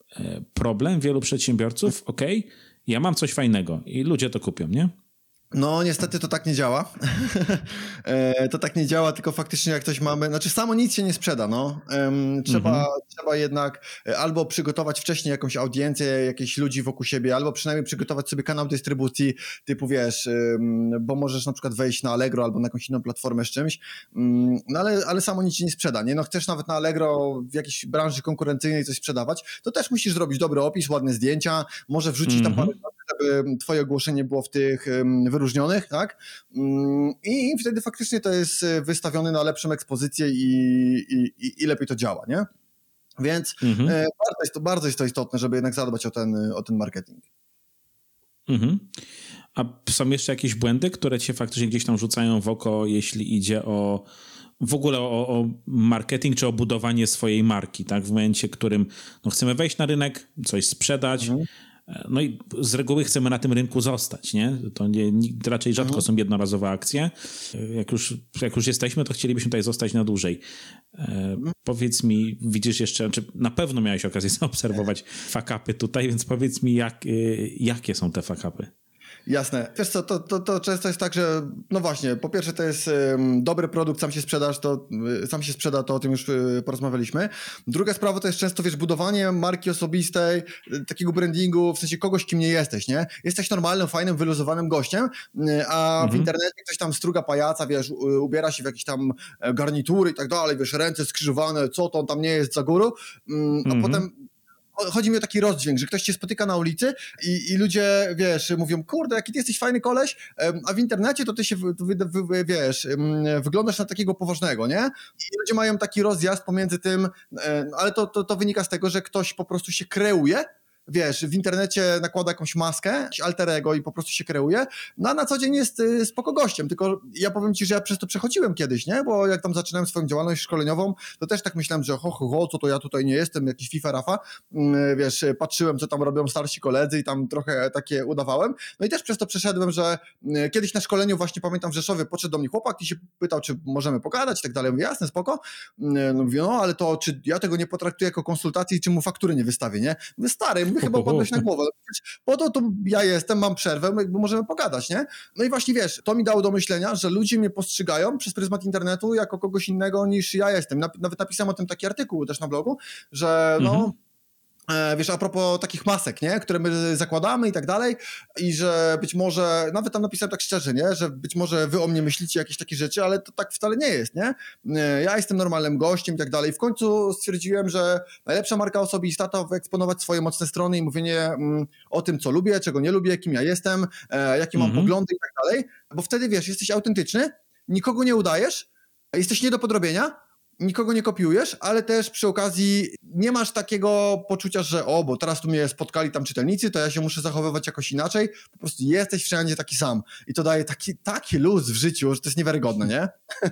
problem wielu przedsiębiorców. Okej, okay, ja mam coś fajnego i ludzie to kupią, nie? No niestety to tak nie działa. e, to tak nie działa, tylko faktycznie jak coś mamy, znaczy samo nic się nie sprzeda, no. E, trzeba, mhm. trzeba jednak albo przygotować wcześniej jakąś audiencję, jakichś ludzi wokół siebie, albo przynajmniej przygotować sobie kanał dystrybucji, typu wiesz, e, bo możesz na przykład wejść na Allegro albo na jakąś inną platformę z czymś, e, no ale, ale samo nic się nie sprzeda, nie? No chcesz nawet na Allegro w jakiejś branży konkurencyjnej coś sprzedawać, to też musisz zrobić dobry opis, ładne zdjęcia, może wrzucić mhm. tam parę, żeby twoje ogłoszenie było w tych wyróżnionych, tak? I wtedy faktycznie to jest wystawione na lepszą ekspozycję i, i, i lepiej to działa, nie? Więc mhm. bardzo, jest to, bardzo jest to istotne, żeby jednak zadbać o ten, o ten marketing. Mhm. A są jeszcze jakieś błędy, które cię faktycznie gdzieś tam rzucają w oko, jeśli idzie o w ogóle o, o marketing czy o budowanie swojej marki, tak? W momencie, w którym no, chcemy wejść na rynek, coś sprzedać, mhm. no i z reguły chcemy na tym rynku zostać, nie? To nie, raczej rzadko mhm. są jednorazowe akcje. Jak już, jak już jesteśmy, to chcielibyśmy tutaj zostać na dłużej. Mhm. Powiedz mi, widzisz jeszcze, czy na pewno miałeś okazję zaobserwować fuck-upy tutaj, więc powiedz mi, jak, jakie są te fuck-upy? Jasne. Wiesz co, to, to, to często jest tak, że no właśnie, po pierwsze to jest um, dobry produkt, sam się sprzedasz, to y, sam się sprzeda, to o tym już y, porozmawialiśmy. Druga sprawa to jest często, wiesz, budowanie marki osobistej, y, takiego brandingu, w sensie kogoś, kim nie jesteś, nie? Jesteś normalnym, fajnym, wyluzowanym gościem, y, a mhm. w internecie ktoś tam struga pajaca, wiesz, y, ubiera się w jakieś tam garnitury i tak dalej, wiesz, ręce skrzyżowane, co to on tam nie jest za góru, y, a mhm. potem chodzi mi o taki rozdźwięk, że ktoś cię spotyka na ulicy i, i ludzie, wiesz, mówią, kurde, jaki ty jesteś fajny koleś, a w internecie to ty się, wy, wy, wy, wiesz, wyglądasz na takiego poważnego, nie? I ludzie mają taki rozjazd pomiędzy tym, ale to, to, to wynika z tego, że ktoś po prostu się kreuje, wiesz, w internecie nakłada jakąś maskę, jakieś alter ego i po prostu się kreuje, no a na co dzień jest y, spoko gościem, tylko ja powiem ci, że ja przez to przechodziłem kiedyś, nie, bo jak tam zaczynałem swoją działalność szkoleniową, to też tak myślałem, że ho, ho, ho, co to ja tutaj nie jestem, jakiś FIFA Rafa, y, wiesz, patrzyłem, co tam robią starsi koledzy i tam trochę takie udawałem, no i też przez to przeszedłem, że y, kiedyś na szkoleniu właśnie pamiętam w Rzeszowie podszedł do mnie chłopak i się pytał, czy możemy pogadać i tak dalej, mówię, jasne, spoko, y, no mówię, no ale to, czy ja tego nie potraktuję jako konsultacji, czy mu faktury nie wystawię, nie, mówię, stary, mówię, chyba podnoś na głowę. Po to tu ja jestem, mam przerwę, jakby możemy pogadać, nie? No i właśnie wiesz, to mi dało do myślenia, że ludzie mnie postrzegają przez pryzmat internetu jako kogoś innego niż ja jestem. Nawet napisałem o tym taki artykuł też na blogu, że no... Mhm. wiesz, a propos takich masek, nie? Które my zakładamy i tak dalej i że być może, nawet tam napisałem tak szczerze, nie? Że być może wy o mnie myślicie jakieś takie rzeczy, ale to tak wcale nie jest, nie? Ja jestem normalnym gościem i tak dalej. W końcu stwierdziłem, że najlepsza marka osobista to wyeksponować swoje mocne strony i mówienie mm, o tym, co lubię, czego nie lubię, kim ja jestem, e, jakie mam Mhm. poglądy i tak dalej, bo wtedy, wiesz, jesteś autentyczny, nikogo nie udajesz, jesteś nie do podrobienia, nikogo nie kopiujesz, ale też przy okazji nie masz takiego poczucia, że o, bo teraz tu mnie spotkali tam czytelnicy, to ja się muszę zachowywać jakoś inaczej. Po prostu jesteś wszędzie taki sam. I to daje taki, taki luz w życiu, że to jest niewiarygodne, nie?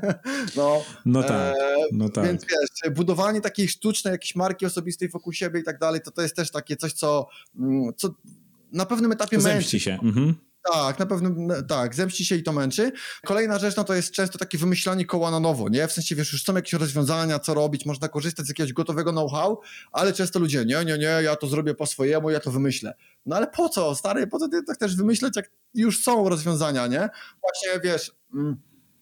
no, No tak, no tak. Więc wiesz, budowanie takiej sztucznej jakiejś marki osobistej wokół siebie i tak dalej, to to jest też takie coś, co, co na pewnym etapie męczy. Zemści się. Mhm. Tak, na pewno, tak, zemści się i to męczy. Kolejna rzecz, no to jest często takie wymyślanie koła na nowo, nie? W sensie, wiesz, już są jakieś rozwiązania, co robić, można korzystać z jakiegoś gotowego know-how, ale często ludzie, nie, nie, nie, ja to zrobię po swojemu, ja to wymyślę. No ale po co, stary, po co ty tak też wymyśleć, jak już są rozwiązania, nie? Właśnie, wiesz... Mm,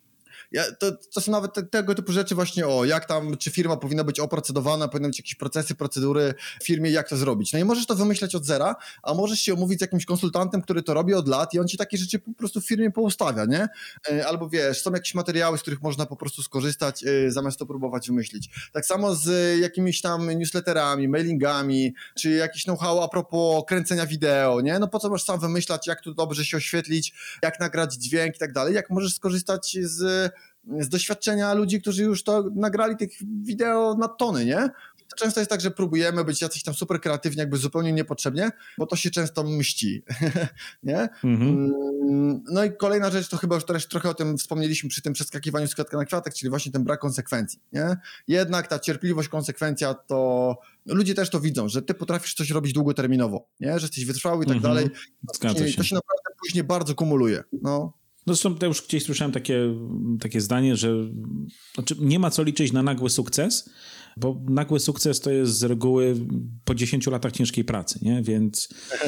Ja, to, to są nawet te, tego typu rzeczy właśnie o, jak tam, czy firma powinna być oprocedowana, powinny być jakieś procesy, procedury w firmie, jak to zrobić. No i możesz to wymyśleć od zera, a możesz się umówić z jakimś konsultantem, który to robi od lat i on ci takie rzeczy po prostu w firmie poustawia, nie? Albo wiesz, są jakieś materiały, z których można po prostu skorzystać, zamiast to próbować wymyślić. Tak samo z jakimiś tam newsletterami, mailingami, czy jakiś know-how a propos kręcenia wideo, nie? No po co masz sam wymyślać, jak tu dobrze się oświetlić, jak nagrać dźwięk i tak dalej, jak możesz skorzystać z z doświadczenia ludzi, którzy już to nagrali tych wideo na tony, nie? To często jest tak, że próbujemy być jacyś tam super kreatywni, jakby zupełnie niepotrzebnie, bo to się często mści, nie? Mhm. No i kolejna rzecz, to chyba już też trochę o tym wspomnieliśmy przy tym przeskakiwaniu z kwiatka na kwiatek, czyli właśnie ten brak konsekwencji, nie? Jednak ta cierpliwość, konsekwencja, to ludzie też to widzą, że ty potrafisz coś robić długoterminowo, nie? Że jesteś wytrwały i tak Mhm. dalej. Zgadza się. To się naprawdę później bardzo kumuluje, no. No zresztą ja już gdzieś słyszałem takie, takie zdanie, że znaczy nie ma co liczyć na nagły sukces, bo nagły sukces to jest z reguły po dziesięciu latach ciężkiej pracy, nie? Więc,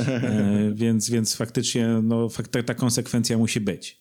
e, więc, więc faktycznie no, fakt, ta, ta konsekwencja musi być.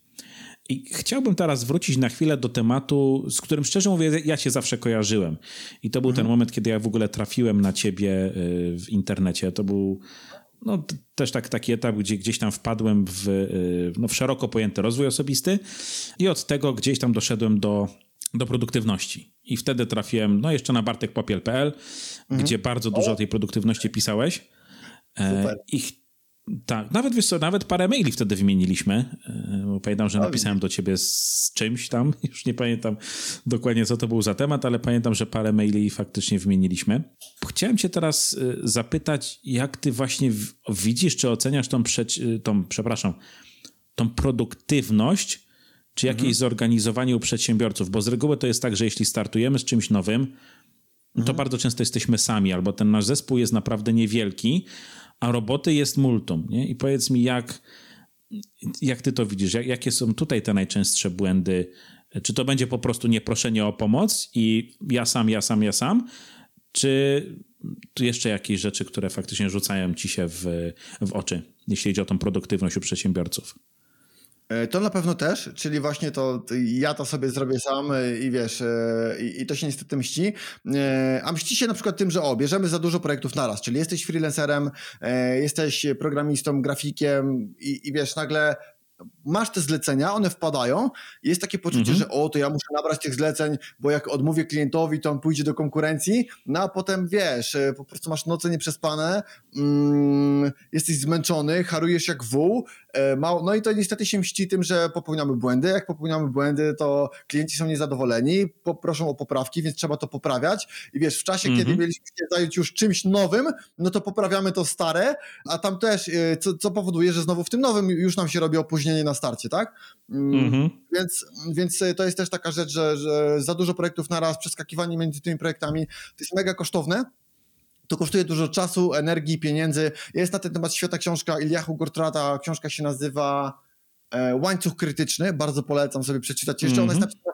I chciałbym teraz wrócić na chwilę do tematu, z którym szczerze mówię, ja się zawsze kojarzyłem. I to był mhm. ten moment, kiedy ja w ogóle trafiłem na ciebie w internecie. To był no, t- też tak, taki etap, gdzie gdzieś tam wpadłem w, no, w szeroko pojęty rozwój osobisty i od tego gdzieś tam doszedłem do, do produktywności. I wtedy trafiłem, no jeszcze na bartek popiel kropka p l, mhm. gdzie bardzo dużo o tej produktywności pisałeś. Super. E, I tak, nawet wiesz co, nawet parę maili wtedy wymieniliśmy, bo pamiętam, że napisałem do ciebie z czymś tam, już nie pamiętam dokładnie, co to był za temat, ale pamiętam, że parę maili faktycznie wymieniliśmy. Chciałem cię teraz zapytać, jak ty właśnie widzisz, czy oceniasz tą, przeci- tą przepraszam, tą produktywność, czy jakieś mhm. zorganizowanie u przedsiębiorców, bo z reguły to jest tak, że jeśli startujemy z czymś nowym, mhm. to bardzo często jesteśmy sami, albo ten nasz zespół jest naprawdę niewielki, a roboty jest multum, nie? I powiedz mi, jak, jak ty to widzisz? Jak, jakie są tutaj te najczęstsze błędy? Czy to będzie po prostu nieproszenie o pomoc i ja sam, ja sam, ja sam? Czy tu jeszcze jakieś rzeczy, które faktycznie rzucają ci się w, w oczy, jeśli chodzi o tą produktywność u przedsiębiorców? To na pewno też, czyli właśnie to ja to sobie zrobię sam i wiesz, i, i to się niestety mści. A mści się na przykład tym, że o, bierzemy za dużo projektów naraz, czyli jesteś freelancerem, jesteś programistą, grafikiem i, i wiesz, nagle masz te zlecenia, one wpadają i jest takie poczucie, mhm. że o, to ja muszę nabrać tych zleceń, bo jak odmówię klientowi, to on pójdzie do konkurencji, no a potem wiesz, po prostu masz noce nieprzespane, mm, jesteś zmęczony, harujesz jak wół, e, ma, no i to niestety się mści tym, że popełniamy błędy, jak popełniamy błędy, to klienci są niezadowoleni, poproszą o poprawki, więc trzeba to poprawiać i wiesz, w czasie, mhm. kiedy mieliśmy się zająć już czymś nowym, no to poprawiamy to stare, a tam też, e, co, co powoduje, że znowu w tym nowym już nam się robi opóźnienie na starcie, tak? Mm, więc, więc to jest też taka rzecz, że, że za dużo projektów naraz, przeskakiwanie między tymi projektami, to jest mega kosztowne. To kosztuje dużo czasu, energii, pieniędzy. Jest na ten temat świetna książka Iliahu Gortrata, książka się nazywa e, Łańcuch Krytyczny, bardzo polecam sobie przeczytać. Jeszcze mm-hmm. ona jest napisana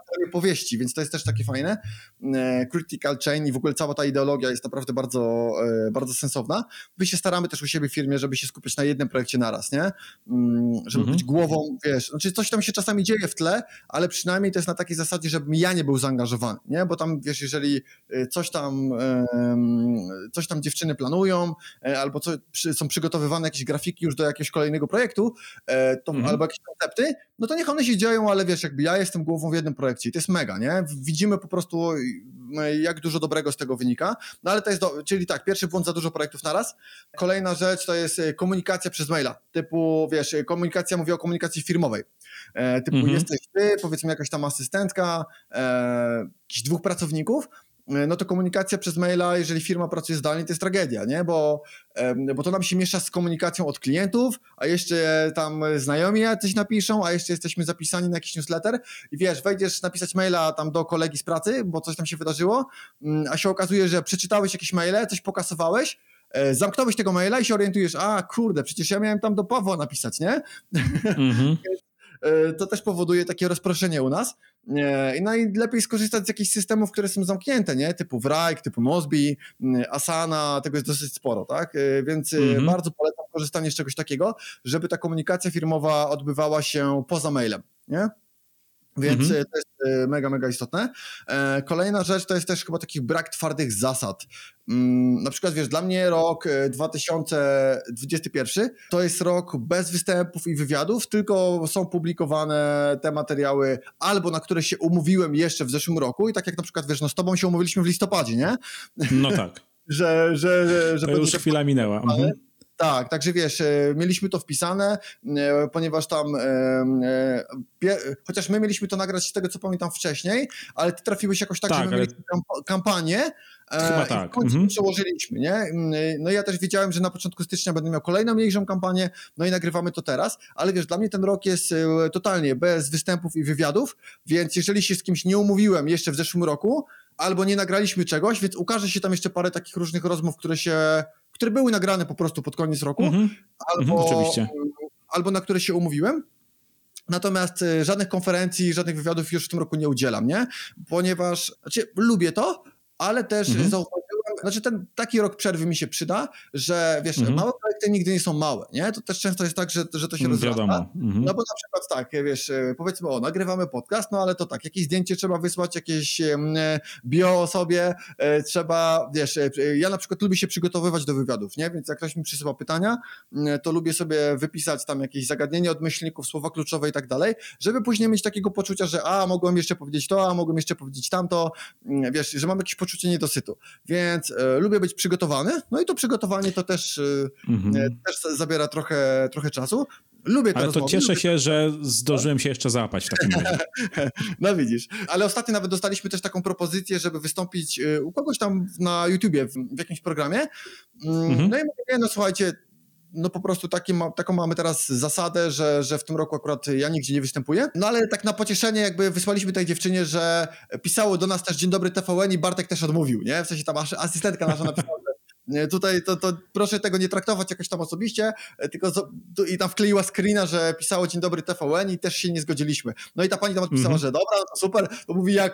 rodzaju powieści, więc to jest też takie fajne. Critical Chain i w ogóle cała ta ideologia jest naprawdę bardzo, bardzo sensowna. My się staramy też u siebie w firmie, żeby się skupiać na jednym projekcie naraz, nie? Żeby mhm. być głową, wiesz, znaczy coś tam się czasami dzieje w tle, ale przynajmniej to jest na takiej zasadzie, żebym ja nie był zaangażowany, nie? Bo tam, wiesz, jeżeli coś tam coś tam dziewczyny planują, albo co, są przygotowywane jakieś grafiki już do jakiegoś kolejnego projektu, to, mhm. albo jakieś koncepty, no to niech one się dzieją, ale wiesz, jakby ja jestem głową w jednym projekcie i to jest mega, nie? Widzimy po prostu, jak dużo dobrego z tego wynika, no ale to jest, do, czyli tak, pierwszy błąd, za dużo projektów naraz. Kolejna rzecz to jest komunikacja przez maila, typu, wiesz, komunikacja, mówię o komunikacji firmowej, e, typu mhm. jesteś ty, powiedzmy jakaś tam asystentka, e, jakichś dwóch pracowników, no to komunikacja przez maila, jeżeli firma pracuje zdalnie, to jest tragedia, nie? Bo, bo to nam się miesza z komunikacją od klientów, a jeszcze tam znajomi coś napiszą, a jeszcze jesteśmy zapisani na jakiś newsletter i wiesz, wejdziesz napisać maila tam do kolegi z pracy, bo coś tam się wydarzyło, a się okazuje, że przeczytałeś jakieś maile, coś pokasowałeś, zamknąłeś tego maila i się orientujesz, a kurde, przecież ja miałem tam do Pawła napisać, nie? Mhm. To też powoduje takie rozproszenie u nas. No i lepiej skorzystać z jakichś systemów, które są zamknięte, nie? Typu Wrike, typu Mozbi, Asana, tego jest dosyć sporo, tak? Więc mm-hmm. bardzo polecam korzystanie z czegoś takiego, żeby ta komunikacja firmowa odbywała się poza mailem, nie? Więc mm-hmm. to jest mega, mega istotne. Kolejna rzecz to jest też chyba taki brak twardych zasad. Na przykład, wiesz, dla mnie rok dwa tysiące dwudziesty pierwszy to jest rok bez występów i wywiadów, tylko są publikowane te materiały albo na które się umówiłem jeszcze w zeszłym roku i tak jak na przykład, wiesz, no z tobą się umówiliśmy w listopadzie, nie? No tak. że, że, że, że to już chwila minęła. Mhm. Tak, także wiesz, mieliśmy to wpisane, ponieważ tam, chociaż my mieliśmy to nagrać z tego, co pamiętam wcześniej, ale ty trafiłeś jakoś tak, tak że my ale... mieliśmy kampanię. Chyba tak. I w końcu mhm. przełożyliśmy, nie? No ja też wiedziałem, że na początku stycznia będę miał kolejną mniejszą kampanię, no i nagrywamy to teraz, ale wiesz, dla mnie ten rok jest totalnie bez występów i wywiadów, więc jeżeli się z kimś nie umówiłem jeszcze w zeszłym roku, albo nie nagraliśmy czegoś, więc ukaże się tam jeszcze parę takich różnych rozmów, które się które były nagrane po prostu pod koniec roku, mm-hmm. albo, mm-hmm, oczywiście. albo na które się umówiłem. Natomiast żadnych konferencji, żadnych wywiadów już w tym roku nie udzielam, nie? Ponieważ znaczy, lubię to, ale też mm-hmm. zauważyłem, znaczy ten taki rok przerwy mi się przyda, że wiesz, mm-hmm. małe projekty nigdy nie są małe, nie? To też często jest tak, że, że to się rozrasta. Mm-hmm. No bo na przykład tak, wiesz, powiedzmy, o, nagrywamy podcast, no ale to tak, jakieś zdjęcie trzeba wysłać, jakieś bio o sobie, trzeba, wiesz, ja na przykład lubię się przygotowywać do wywiadów, nie? Więc jak ktoś mi przysyła pytania, to lubię sobie wypisać tam jakieś zagadnienie od myślników, słowa kluczowe i tak dalej, żeby później mieć takiego poczucia, że a, mogłem jeszcze powiedzieć to, a mogłem jeszcze powiedzieć tamto, wiesz, że mam jakieś poczucie niedosytu. Więc e, lubię być przygotowany, no i to przygotowanie to też, e, mm-hmm. też zabiera trochę, trochę czasu. Lubię te Ale rozmowy. to cieszę lubię... się, że zdążyłem się jeszcze załapać w takim razie. No widzisz. Ale ostatnio nawet dostaliśmy też taką propozycję, żeby wystąpić u kogoś tam na YouTubie w, w jakimś programie. Mm-hmm. No i mówię, no słuchajcie, no po prostu taki ma, taką mamy teraz zasadę, że, że w tym roku akurat ja nigdzie nie występuję. No ale tak na pocieszenie jakby wysłaliśmy tej dziewczynie, że pisało do nas też Dzień dobry T V N i Bartek też odmówił, nie? W sensie tam asystentka nasza napisała, tutaj to, to proszę tego nie traktować jakoś tam osobiście, tylko z, tu, i tam wkleiła screena, że pisało Dzień dobry T V N i też się nie zgodziliśmy. No i ta pani tam odpisała, mm-hmm. że dobra, no to super, to mówi jak,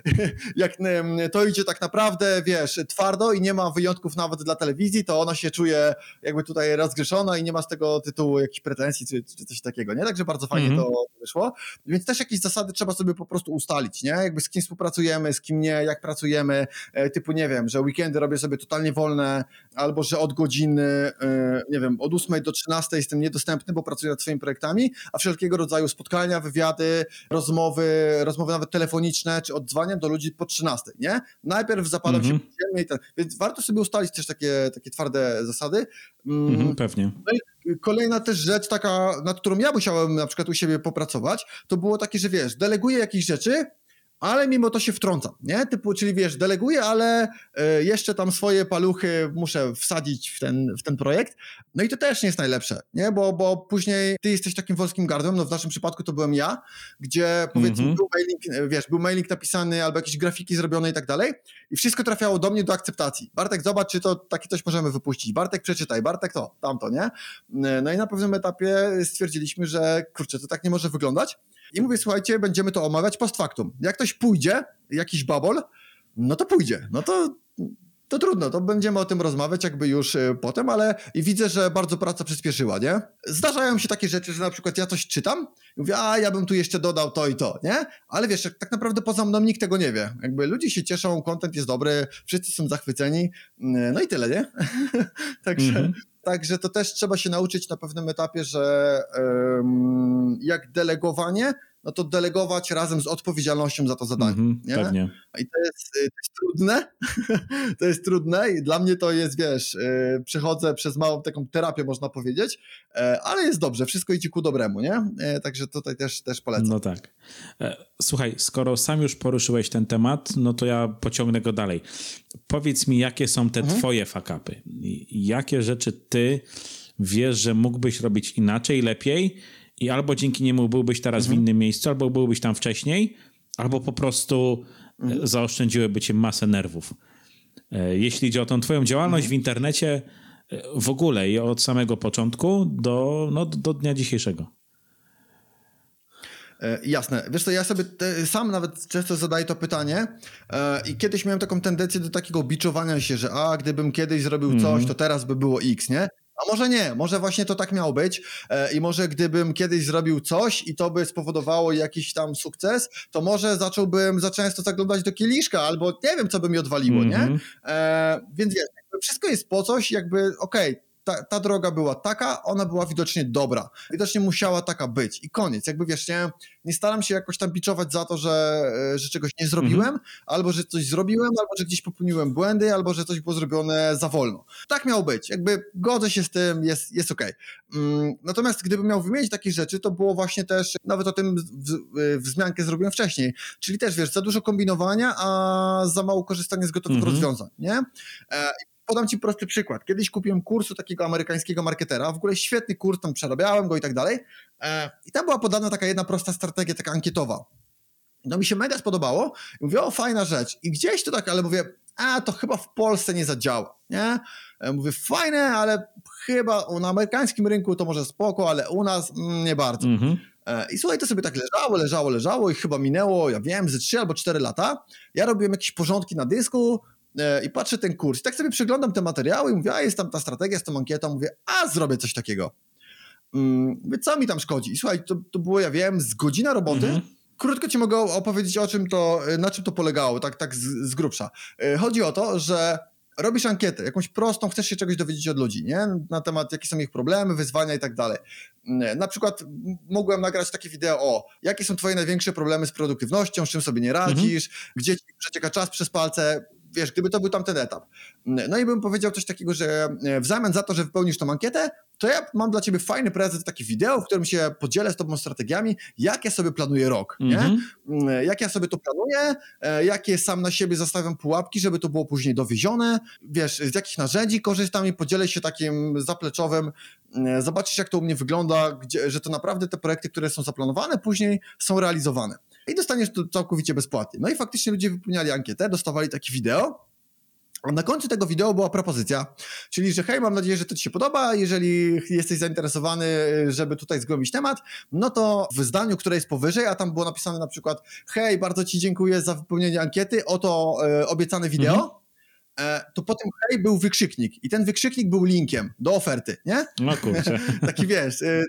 jak to idzie tak naprawdę, wiesz, twardo i nie ma wyjątków nawet dla telewizji, to ona się czuje jakby tutaj rozgrzeszona i nie ma z tego tytułu jakichś pretensji czy, czy coś takiego, nie? Także bardzo fajnie mm-hmm. to wyszło. Więc też jakieś zasady trzeba sobie po prostu ustalić, nie? Jakby z kim współpracujemy, z kim nie, jak pracujemy, typu nie wiem, że weekendy robię sobie totalnie wolne, albo że od godziny, nie wiem, od ósmej do trzynastej jestem niedostępny, bo pracuję nad swoimi projektami, a wszelkiego rodzaju spotkania, wywiady, rozmowy, rozmowy nawet telefoniczne, czy odzwaniam do ludzi po trzynastej, nie? Najpierw zapadam mm-hmm. się podzielnie i tak, więc warto sobie ustalić też takie, takie twarde zasady. Mm-hmm, pewnie. No i kolejna też rzecz taka, nad którą ja musiałem na przykład u siebie popracować, to było takie, że wiesz, deleguję jakieś rzeczy, ale mimo to się wtrącam, nie? Typu, czyli wiesz, deleguję, ale y, jeszcze tam swoje paluchy muszę wsadzić w ten, w ten projekt. No i to też nie jest najlepsze, nie? Bo, bo później ty jesteś takim wolskim gardłem, no w naszym przypadku to byłem ja, gdzie powiedzmy mm-hmm. był mailing, wiesz, był mailing napisany albo jakieś grafiki zrobione i tak dalej i wszystko trafiało do mnie do akceptacji. Bartek, zobacz, czy to takie coś możemy wypuścić. Bartek, przeczytaj. Bartek, to, tamto, nie? No i na pewnym etapie stwierdziliśmy, że kurczę, to tak nie może wyglądać. I mówię, słuchajcie, będziemy to omawiać post factum. Jak ktoś pójdzie, jakiś babol, no to pójdzie. No to, to trudno, to będziemy o tym rozmawiać jakby już y, potem, ale i widzę, że bardzo praca przyspieszyła, nie? Zdarzają się takie rzeczy, że na przykład ja coś czytam i mówię, a ja bym tu jeszcze dodał to i to, nie? Ale wiesz, tak naprawdę poza mną nikt tego nie wie. Jakby ludzie się cieszą, content jest dobry, wszyscy są zachwyceni, no i tyle, nie? Także... Mm-hmm. Także to też trzeba się nauczyć na pewnym etapie, że um, jak delegowanie, no to delegować razem z odpowiedzialnością za to zadanie. Mm-hmm, nie? Pewnie. I to jest, to jest trudne, to jest trudne i dla mnie to jest, wiesz, yy, przechodzę przez małą taką terapię, można powiedzieć, yy, ale jest dobrze, wszystko idzie ku dobremu, nie? Yy, także tutaj też, też polecam. No tak. Słuchaj, skoro sam już poruszyłeś ten temat, no to ja pociągnę go dalej. Powiedz mi, jakie są te mhm. twoje fuck-upy? Jakie rzeczy ty wiesz, że mógłbyś robić inaczej, lepiej i albo dzięki niemu byłbyś teraz mhm. w innym miejscu, albo byłbyś tam wcześniej, albo po prostu mhm. zaoszczędziłyby cię masę nerwów. Jeśli idzie o tą twoją działalność mhm. w internecie w ogóle i od samego początku do, no, do dnia dzisiejszego. Jasne. Wiesz co, ja sobie te, sam nawet często zadaję to pytanie e, i kiedyś miałem taką tendencję do takiego biczowania się, że a, gdybym kiedyś zrobił mm. coś, to teraz by było X, nie? A może nie, może właśnie to tak miało być e, i może gdybym kiedyś zrobił coś i to by spowodowało jakiś tam sukces, to może zacząłbym za często zaglądać do kieliszka albo nie wiem, co by mi odwaliło, mm-hmm. nie? E, więc wiesz, wszystko jest po coś, jakby okej, okay, Ta, ta droga była taka, ona była widocznie dobra. Widocznie musiała taka być i koniec. Jakby wiesz, nie, nie staram się jakoś tam biczować za to, że, że czegoś nie zrobiłem, mm-hmm. albo że coś zrobiłem, albo że gdzieś popełniłem błędy, albo że coś było zrobione za wolno. Tak miało być. Jakby godzę się z tym, jest, jest okej. Okay. Mm, natomiast gdybym miał wymienić takie rzeczy, to było właśnie też, nawet o tym w, w wzmiankę zrobiłem wcześniej, czyli też wiesz, za dużo kombinowania, a za mało korzystania z gotowych mm-hmm. rozwiązań, nie? E, Podam ci prosty przykład. Kiedyś kupiłem kurs u takiego amerykańskiego marketera, w ogóle świetny kurs, tam przerabiałem go i tak dalej. I tam była podana taka jedna prosta strategia, taka ankietowa. No mi się mega spodobało i mówię, o fajna rzecz. I gdzieś to tak, ale mówię, a to chyba w Polsce nie zadziała, nie? Mówię, fajne, ale chyba na amerykańskim rynku to może spoko, ale u nas mm, nie bardzo. Mm-hmm. I słuchaj, to sobie tak leżało, leżało, leżało i chyba minęło, ja wiem, ze trzy albo cztery lata. Ja robiłem jakieś porządki na dysku, i patrzę ten kurs. I tak sobie przeglądam te materiały i mówię, a jest tam ta strategia z tą ankietą. Mówię, a zrobię coś takiego. Mm, mówię, co mi tam szkodzi? I słuchaj, to, to było, ja wiem, z godzina roboty. Mm-hmm. Krótko ci mogę opowiedzieć, o czym to, na czym to polegało, tak, tak z, z grubsza. Chodzi o to, że robisz ankietę, jakąś prostą, chcesz się czegoś dowiedzieć od ludzi, nie? Na temat, jakie są ich problemy, wyzwania i tak dalej. Na przykład mogłem nagrać takie wideo o, jakie są twoje największe problemy z produktywnością, z czym sobie nie radzisz, mm-hmm. gdzie ci przecieka czas przez palce. Wiesz, gdyby to był tamten etap. No i bym powiedział coś takiego, że w zamian za to, że wypełnisz tą ankietę, to ja mam dla ciebie fajny prezent, takie wideo, w którym się podzielę z tobą strategiami, jak ja sobie planuję rok, mm-hmm. nie? Jak ja sobie to planuję, jakie sam na siebie zastawiam pułapki, żeby to było później dowiezione, wiesz, z jakich narzędzi korzystam i podzielę się takim zapleczowym, zobaczysz jak to u mnie wygląda, gdzie, że to naprawdę te projekty, które są zaplanowane, później są realizowane. I dostaniesz to całkowicie bezpłatnie. No i faktycznie ludzie wypełniali ankietę, dostawali takie wideo, a na końcu tego wideo była propozycja, czyli że hej, mam nadzieję, że to ci się podoba, jeżeli jesteś zainteresowany, żeby tutaj zgłębić temat, no to w zdaniu, które jest powyżej, a tam było napisane na przykład hej, bardzo ci dziękuję za wypełnienie ankiety, oto e, obiecane wideo, mhm. e, to po tym hej był wykrzyknik i ten wykrzyknik był linkiem do oferty, nie? No kurczę. Taki wiesz... E,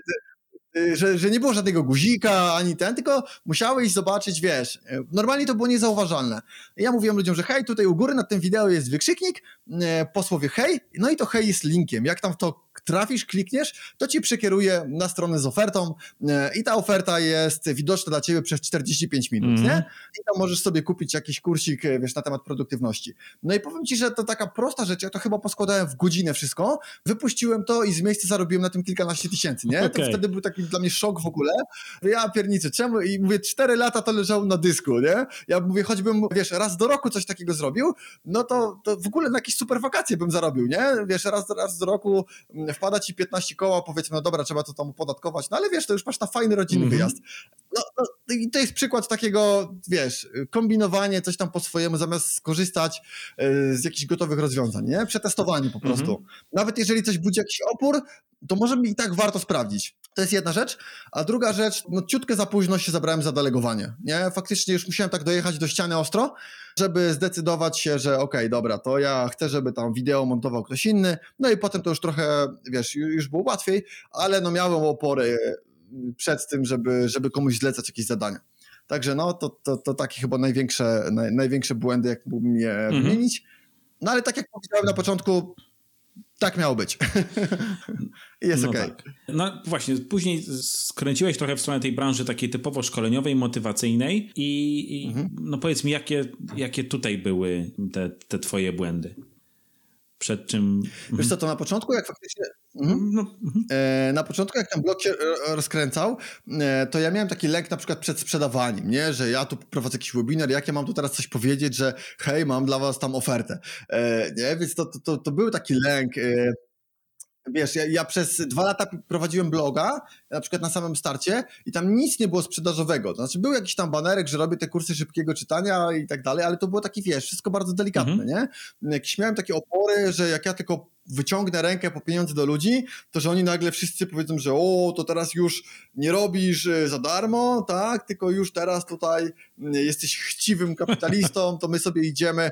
Że, że nie było żadnego guzika ani ten, tylko musiałeś zobaczyć, wiesz, normalnie to było niezauważalne. Ja mówiłem ludziom, że hej, tutaj u góry nad tym wideo jest wykrzyknik, po słowie hej, no i to hej jest linkiem. Jak tam w to trafisz, klikniesz, to ci przekieruje na stronę z ofertą i ta oferta jest widoczna dla ciebie przez czterdzieści pięć minut, mm. nie? I tam możesz sobie kupić jakiś kursik, wiesz, na temat produktywności. No i powiem ci, że to taka prosta rzecz, ja to chyba poskładałem w godzinę wszystko, wypuściłem to i z miejsca zarobiłem na tym kilkanaście tysięcy, nie? Okay. To wtedy był taki dla mnie szok w ogóle. Ja pierniczę, czemu? I mówię, cztery lata to leżało na dysku, nie? Ja mówię, choćbym, wiesz, raz do roku coś takiego zrobił, no to, to w ogóle na jakieś super wakacje bym zarobił, nie? Wiesz, raz, raz do roku wpada ci piętnaście koła, powiedzmy, no dobra, trzeba to tam opodatkować, no ale wiesz, to już masz na fajny rodzinny mm-hmm. wyjazd. No, no i to jest przykład takiego, wiesz, kombinowanie, coś tam po swojemu, zamiast skorzystać y, z jakichś gotowych rozwiązań, nie? Przetestowanie po prostu. Mm-hmm. Nawet jeżeli coś budzi jakiś opór, to może mi i tak warto sprawdzić. To jest jedna rzecz, a druga rzecz, no ciutkę za późno się zabrałem za delegowanie, nie? Faktycznie już musiałem tak dojechać do ściany ostro, żeby zdecydować się, że okej, okay, dobra, to ja chcę, żeby tam wideo montował ktoś inny, no i potem to już trochę, wiesz, już było łatwiej, ale no miałem opory przed tym, żeby, żeby komuś zlecać jakieś zadania. Także no, to, to, to takie chyba największe, naj, największe błędy, jak mógłbym je mhm. wymienić. No ale tak jak powiedziałem na początku, tak miało być. Jest no okej. Okay. Tak. No właśnie, później skręciłeś trochę w stronę tej branży takiej typowo szkoleniowej, motywacyjnej i, i mhm. no powiedz mi, jakie, jakie tutaj były te, te twoje błędy? Przed czym... Wiesz co, to na początku, jak faktycznie... Mhm. No, mhm. E, na początku, jak ten blog się rozkręcał, e, to ja miałem taki lęk na przykład przed sprzedawaniem, nie? Że ja tu prowadzę jakiś webinar, jak ja mam tu teraz coś powiedzieć, że hej, mam dla was tam ofertę. E, nie? Więc to, to, to był taki lęk... E, Wiesz, ja, ja przez dwa lata prowadziłem bloga, na przykład na samym starcie i tam nic nie było sprzedażowego. To znaczy był jakiś tam banerek, że robię te kursy szybkiego czytania i tak dalej, ale to było takie, wiesz, wszystko bardzo delikatne, mhm. nie? Jakieś miałem takie opory, że jak ja tylko wyciągnę rękę po pieniądze do ludzi, to że oni nagle wszyscy powiedzą, że o, to teraz już nie robisz za darmo, tak? Tylko już teraz tutaj jesteś chciwym kapitalistą, to my sobie idziemy...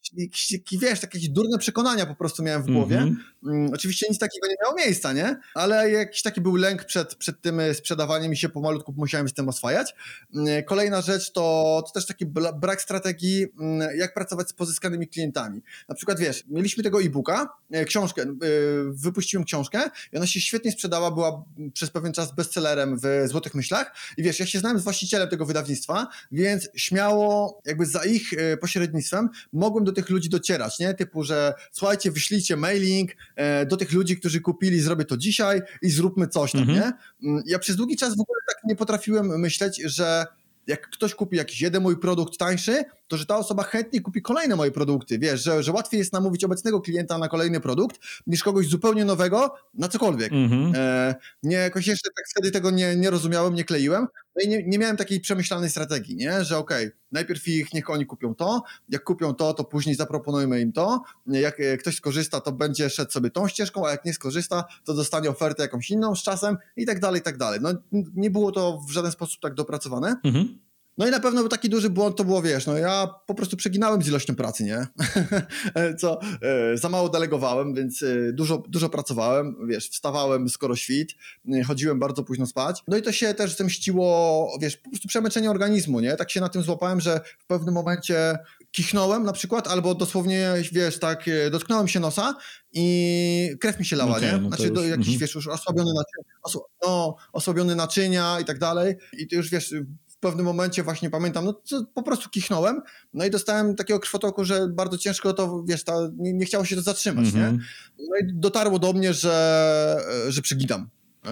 Wiesz, jakieś durne przekonania po prostu miałem w głowie. Mm-hmm. Oczywiście nic takiego nie miało miejsca, nie? Ale jakiś taki był lęk przed, przed tym sprzedawaniem i się pomalutku musiałem z tym oswajać. Kolejna rzecz to, to też taki brak strategii, jak pracować z pozyskanymi klientami. Na przykład, wiesz, mieliśmy tego e-booka, książkę, wypuściłem książkę i ona się świetnie sprzedała, była przez pewien czas bestsellerem w Złotych Myślach i wiesz, ja się znałem z właścicielem tego wydawnictwa, więc śmiało jakby za ich pośrednictwem mogłem do tych ludzi docierać, nie? Typu, że słuchajcie, wyślijcie mailing e, do tych ludzi, którzy kupili, zrobię to dzisiaj i zróbmy coś tam, mhm. nie? Ja przez długi czas w ogóle tak nie potrafiłem myśleć, że jak ktoś kupi jakiś jeden mój produkt tańszy, to że ta osoba chętnie kupi kolejne moje produkty, wiesz, że, że łatwiej jest namówić obecnego klienta na kolejny produkt, niż kogoś zupełnie nowego na cokolwiek. Mm-hmm. E, nie, jakoś jeszcze tak wtedy tego nie, nie rozumiałem, nie kleiłem, no i nie, nie miałem takiej przemyślanej strategii, nie, że okej, okay, najpierw ich, niech oni kupią to, jak kupią to, to później zaproponujmy im to, jak ktoś skorzysta, to będzie szedł sobie tą ścieżką, a jak nie skorzysta, to dostanie ofertę jakąś inną z czasem i tak dalej, i tak dalej. No nie było to w żaden sposób tak dopracowane. Mm-hmm. No i na pewno był taki duży błąd, to było, wiesz, no ja po prostu przeginałem z ilością pracy, nie? Co e, za mało delegowałem, więc e, dużo, dużo pracowałem, wiesz, wstawałem skoro świt, e, chodziłem bardzo późno spać. No i to się też zemściło, wiesz, po prostu przemęczenie organizmu, nie? Tak się na tym złapałem, że w pewnym momencie kichnąłem na przykład, albo dosłownie, wiesz, tak e, dotknąłem się nosa i krew mi się lała, okay, nie? No znaczy już, do, jakiś, mm-hmm. wiesz, już osłabiony naczynia, osł- no, osłabiony naczynia i tak dalej i to już, wiesz... W pewnym momencie właśnie pamiętam, no to po prostu kichnąłem, no i dostałem takiego krwotoku, że bardzo ciężko to, wiesz, ta, nie, nie chciało się to zatrzymać, mm-hmm. nie? No i dotarło do mnie, że, że przeginam.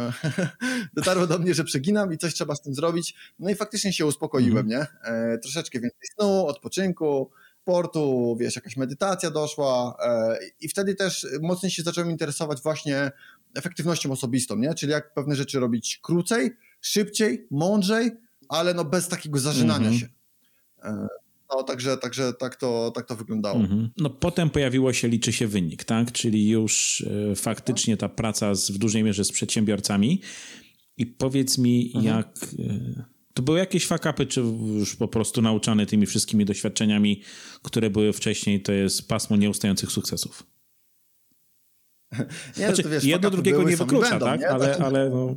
dotarło do mnie, że przeginam i coś trzeba z tym zrobić, no i faktycznie się uspokoiłem, mm-hmm. nie? E, troszeczkę więcej snu, odpoczynku, sportu, wiesz, jakaś medytacja doszła e, i wtedy też mocniej się zacząłem interesować właśnie efektywnością osobistą, nie? Czyli jak pewne rzeczy robić krócej, szybciej, mądrzej, ale no bez takiego zażynania mm-hmm. się. No także, także tak, to, tak to wyglądało. Mm-hmm. No potem pojawiło się liczy się wynik, tak? Czyli już y, faktycznie ta praca z, w dużej mierze z przedsiębiorcami. I powiedz mi, mm-hmm. jak... Y, to były jakieś fuck-upy, czy już po prostu nauczany tymi wszystkimi doświadczeniami, które były wcześniej, to jest pasmo nieustających sukcesów? Nie, znaczy, to wiesz, jedno drugiego były, nie wyklucza, będą, tak? Nie? Ale, ale no...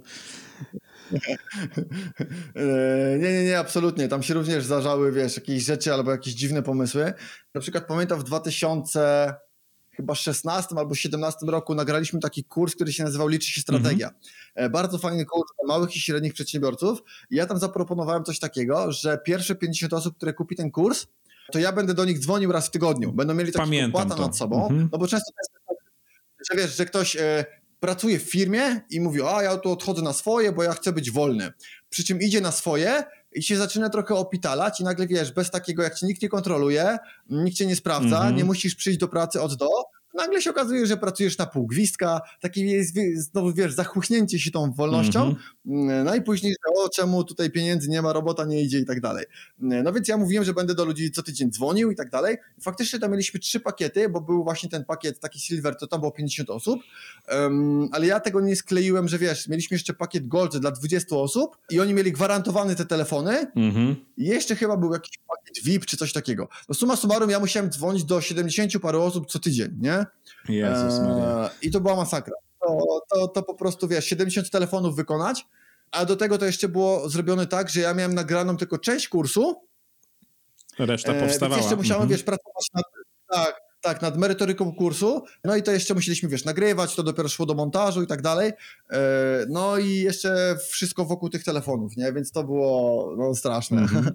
nie, nie, nie, absolutnie. Tam się również zdarzały, wiesz, jakieś rzeczy albo jakieś dziwne pomysły. Na przykład pamiętam w dwa tysiące szesnastym albo siedemnastym roku nagraliśmy taki kurs, który się nazywał Liczy się strategia. Mm-hmm. Bardzo fajny kurs dla małych i średnich przedsiębiorców. I ja tam zaproponowałem coś takiego, że pierwsze pięćdziesiąt osób, które kupi ten kurs, to ja będę do nich dzwonił raz w tygodniu. Będą mieli taką opłatę nad sobą. Mm-hmm. No bo często to jest, że wiesz, że ktoś... E, pracuje w firmie i mówi, a ja tu odchodzę na swoje, bo ja chcę być wolny. Przy czym idzie na swoje i się zaczyna trochę opitalać i nagle wiesz, bez takiego jak cię nikt nie kontroluje, nikt cię nie sprawdza, mm-hmm. nie musisz przyjść do pracy od do, nagle się okazuje, że pracujesz na pół gwizdka, takie jest znowu, wiesz, zachłyśnięcie się tą wolnością, mm-hmm. no i później, że o, czemu tutaj pieniędzy nie ma, robota nie idzie i tak dalej. No więc ja mówiłem, że będę do ludzi co tydzień dzwonił i tak dalej. Faktycznie tam mieliśmy trzy pakiety, bo był właśnie ten pakiet taki silver, to tam było pięćdziesiąt osób, um, ale ja tego nie skleiłem, że wiesz, mieliśmy jeszcze pakiet gold dla dwudziestu osób i oni mieli gwarantowane te telefony mm-hmm. i jeszcze chyba był jakiś pakiet V I P czy coś takiego. No summa summarum ja musiałem dzwonić do siedemdziesięciu paru osób co tydzień, nie? Jezus Maria. I to była masakra. To, to, to po prostu, wiesz, siedemdziesiąt telefonów wykonać, a do tego to jeszcze było zrobione tak, że ja miałem nagraną tylko część kursu. Reszta powstawała. Więc jeszcze musiałem, mhm. wiesz, pracować nad, tak, tak, nad merytoryką kursu. No i to jeszcze musieliśmy, wiesz, nagrywać, to dopiero szło do montażu i tak dalej. No i jeszcze wszystko wokół tych telefonów, nie? Więc to było no, straszne. Mhm.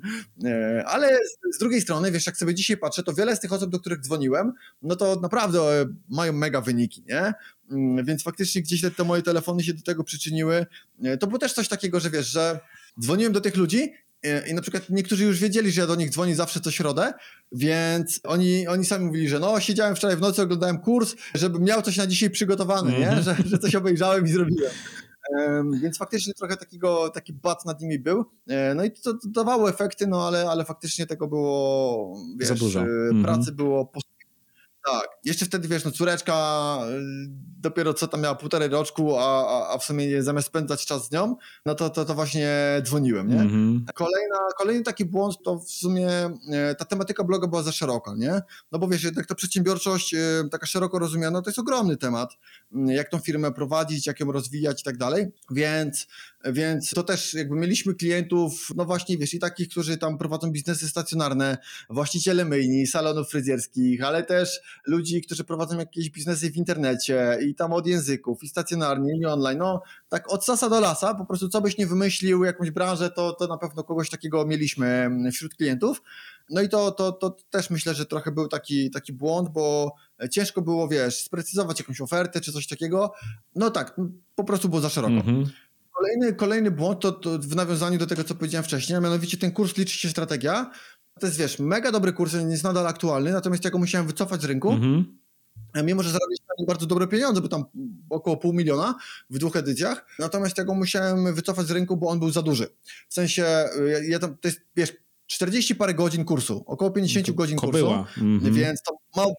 Ale z, z drugiej strony, wiesz, jak sobie dzisiaj patrzę, to wiele z tych osób, do których dzwoniłem, no to naprawdę mają mega wyniki, nie? Więc faktycznie gdzieś te, te moje telefony się do tego przyczyniły. To było też coś takiego, że wiesz, że dzwoniłem do tych ludzi i na przykład niektórzy już wiedzieli, że ja do nich dzwonię zawsze co środę, więc oni, oni sami mówili, że no siedziałem wczoraj w nocy, oglądałem kurs, żebym miał coś na dzisiaj przygotowane, mm-hmm. nie? Że, że coś obejrzałem i zrobiłem. Um, więc faktycznie trochę takiego, taki bat nad nimi był. E, no i to, to dawało efekty, no ale, ale faktycznie tego było, wiesz, za dużo. pracy mm-hmm. było po tak, jeszcze wtedy, wiesz, no córeczka dopiero co tam miała półtorej roczku, a, a, a w sumie zamiast spędzać czas z nią, no to, to, to właśnie dzwoniłem, nie? Mm-hmm. Kolejna, kolejny taki błąd to w sumie ta tematyka bloga była za szeroka, nie? No bo wiesz, jednak ta przedsiębiorczość taka szeroko rozumiana to jest ogromny temat, jak tą firmę prowadzić, jak ją rozwijać i tak dalej, więc, więc to też jakby mieliśmy klientów, no właśnie, wiesz, i takich, którzy tam prowadzą biznesy stacjonarne, właściciele myjni, salonów fryzjerskich, ale też ludzi, którzy prowadzą jakieś biznesy w internecie i tam od języków, i stacjonarnie, i online, no tak od sasa do lasa, po prostu co byś nie wymyślił, jakąś branżę, to, to na pewno kogoś takiego mieliśmy wśród klientów. No i to, to, to też myślę, że trochę był taki, taki błąd, bo ciężko było, wiesz, sprecyzować jakąś ofertę czy coś takiego. No tak, po prostu było za szeroko. Mm-hmm. Kolejny, kolejny błąd to, to w nawiązaniu do tego, co powiedziałem wcześniej, a mianowicie ten kurs Liczy się strategia. To jest, wiesz, mega dobry kurs, jest nadal aktualny, natomiast ja go musiałem wycofać z rynku, mm-hmm. mimo że zarobić na nim bardzo dobre pieniądze, bo tam około pół miliona w dwóch edycjach, natomiast ja go musiałem wycofać z rynku, bo on był za duży. W sensie, ja, ja tam, to jest, wiesz, czterdzieści parę godzin kursu, około pięćdziesiąt godzin kursu, mm-hmm. więc to mało.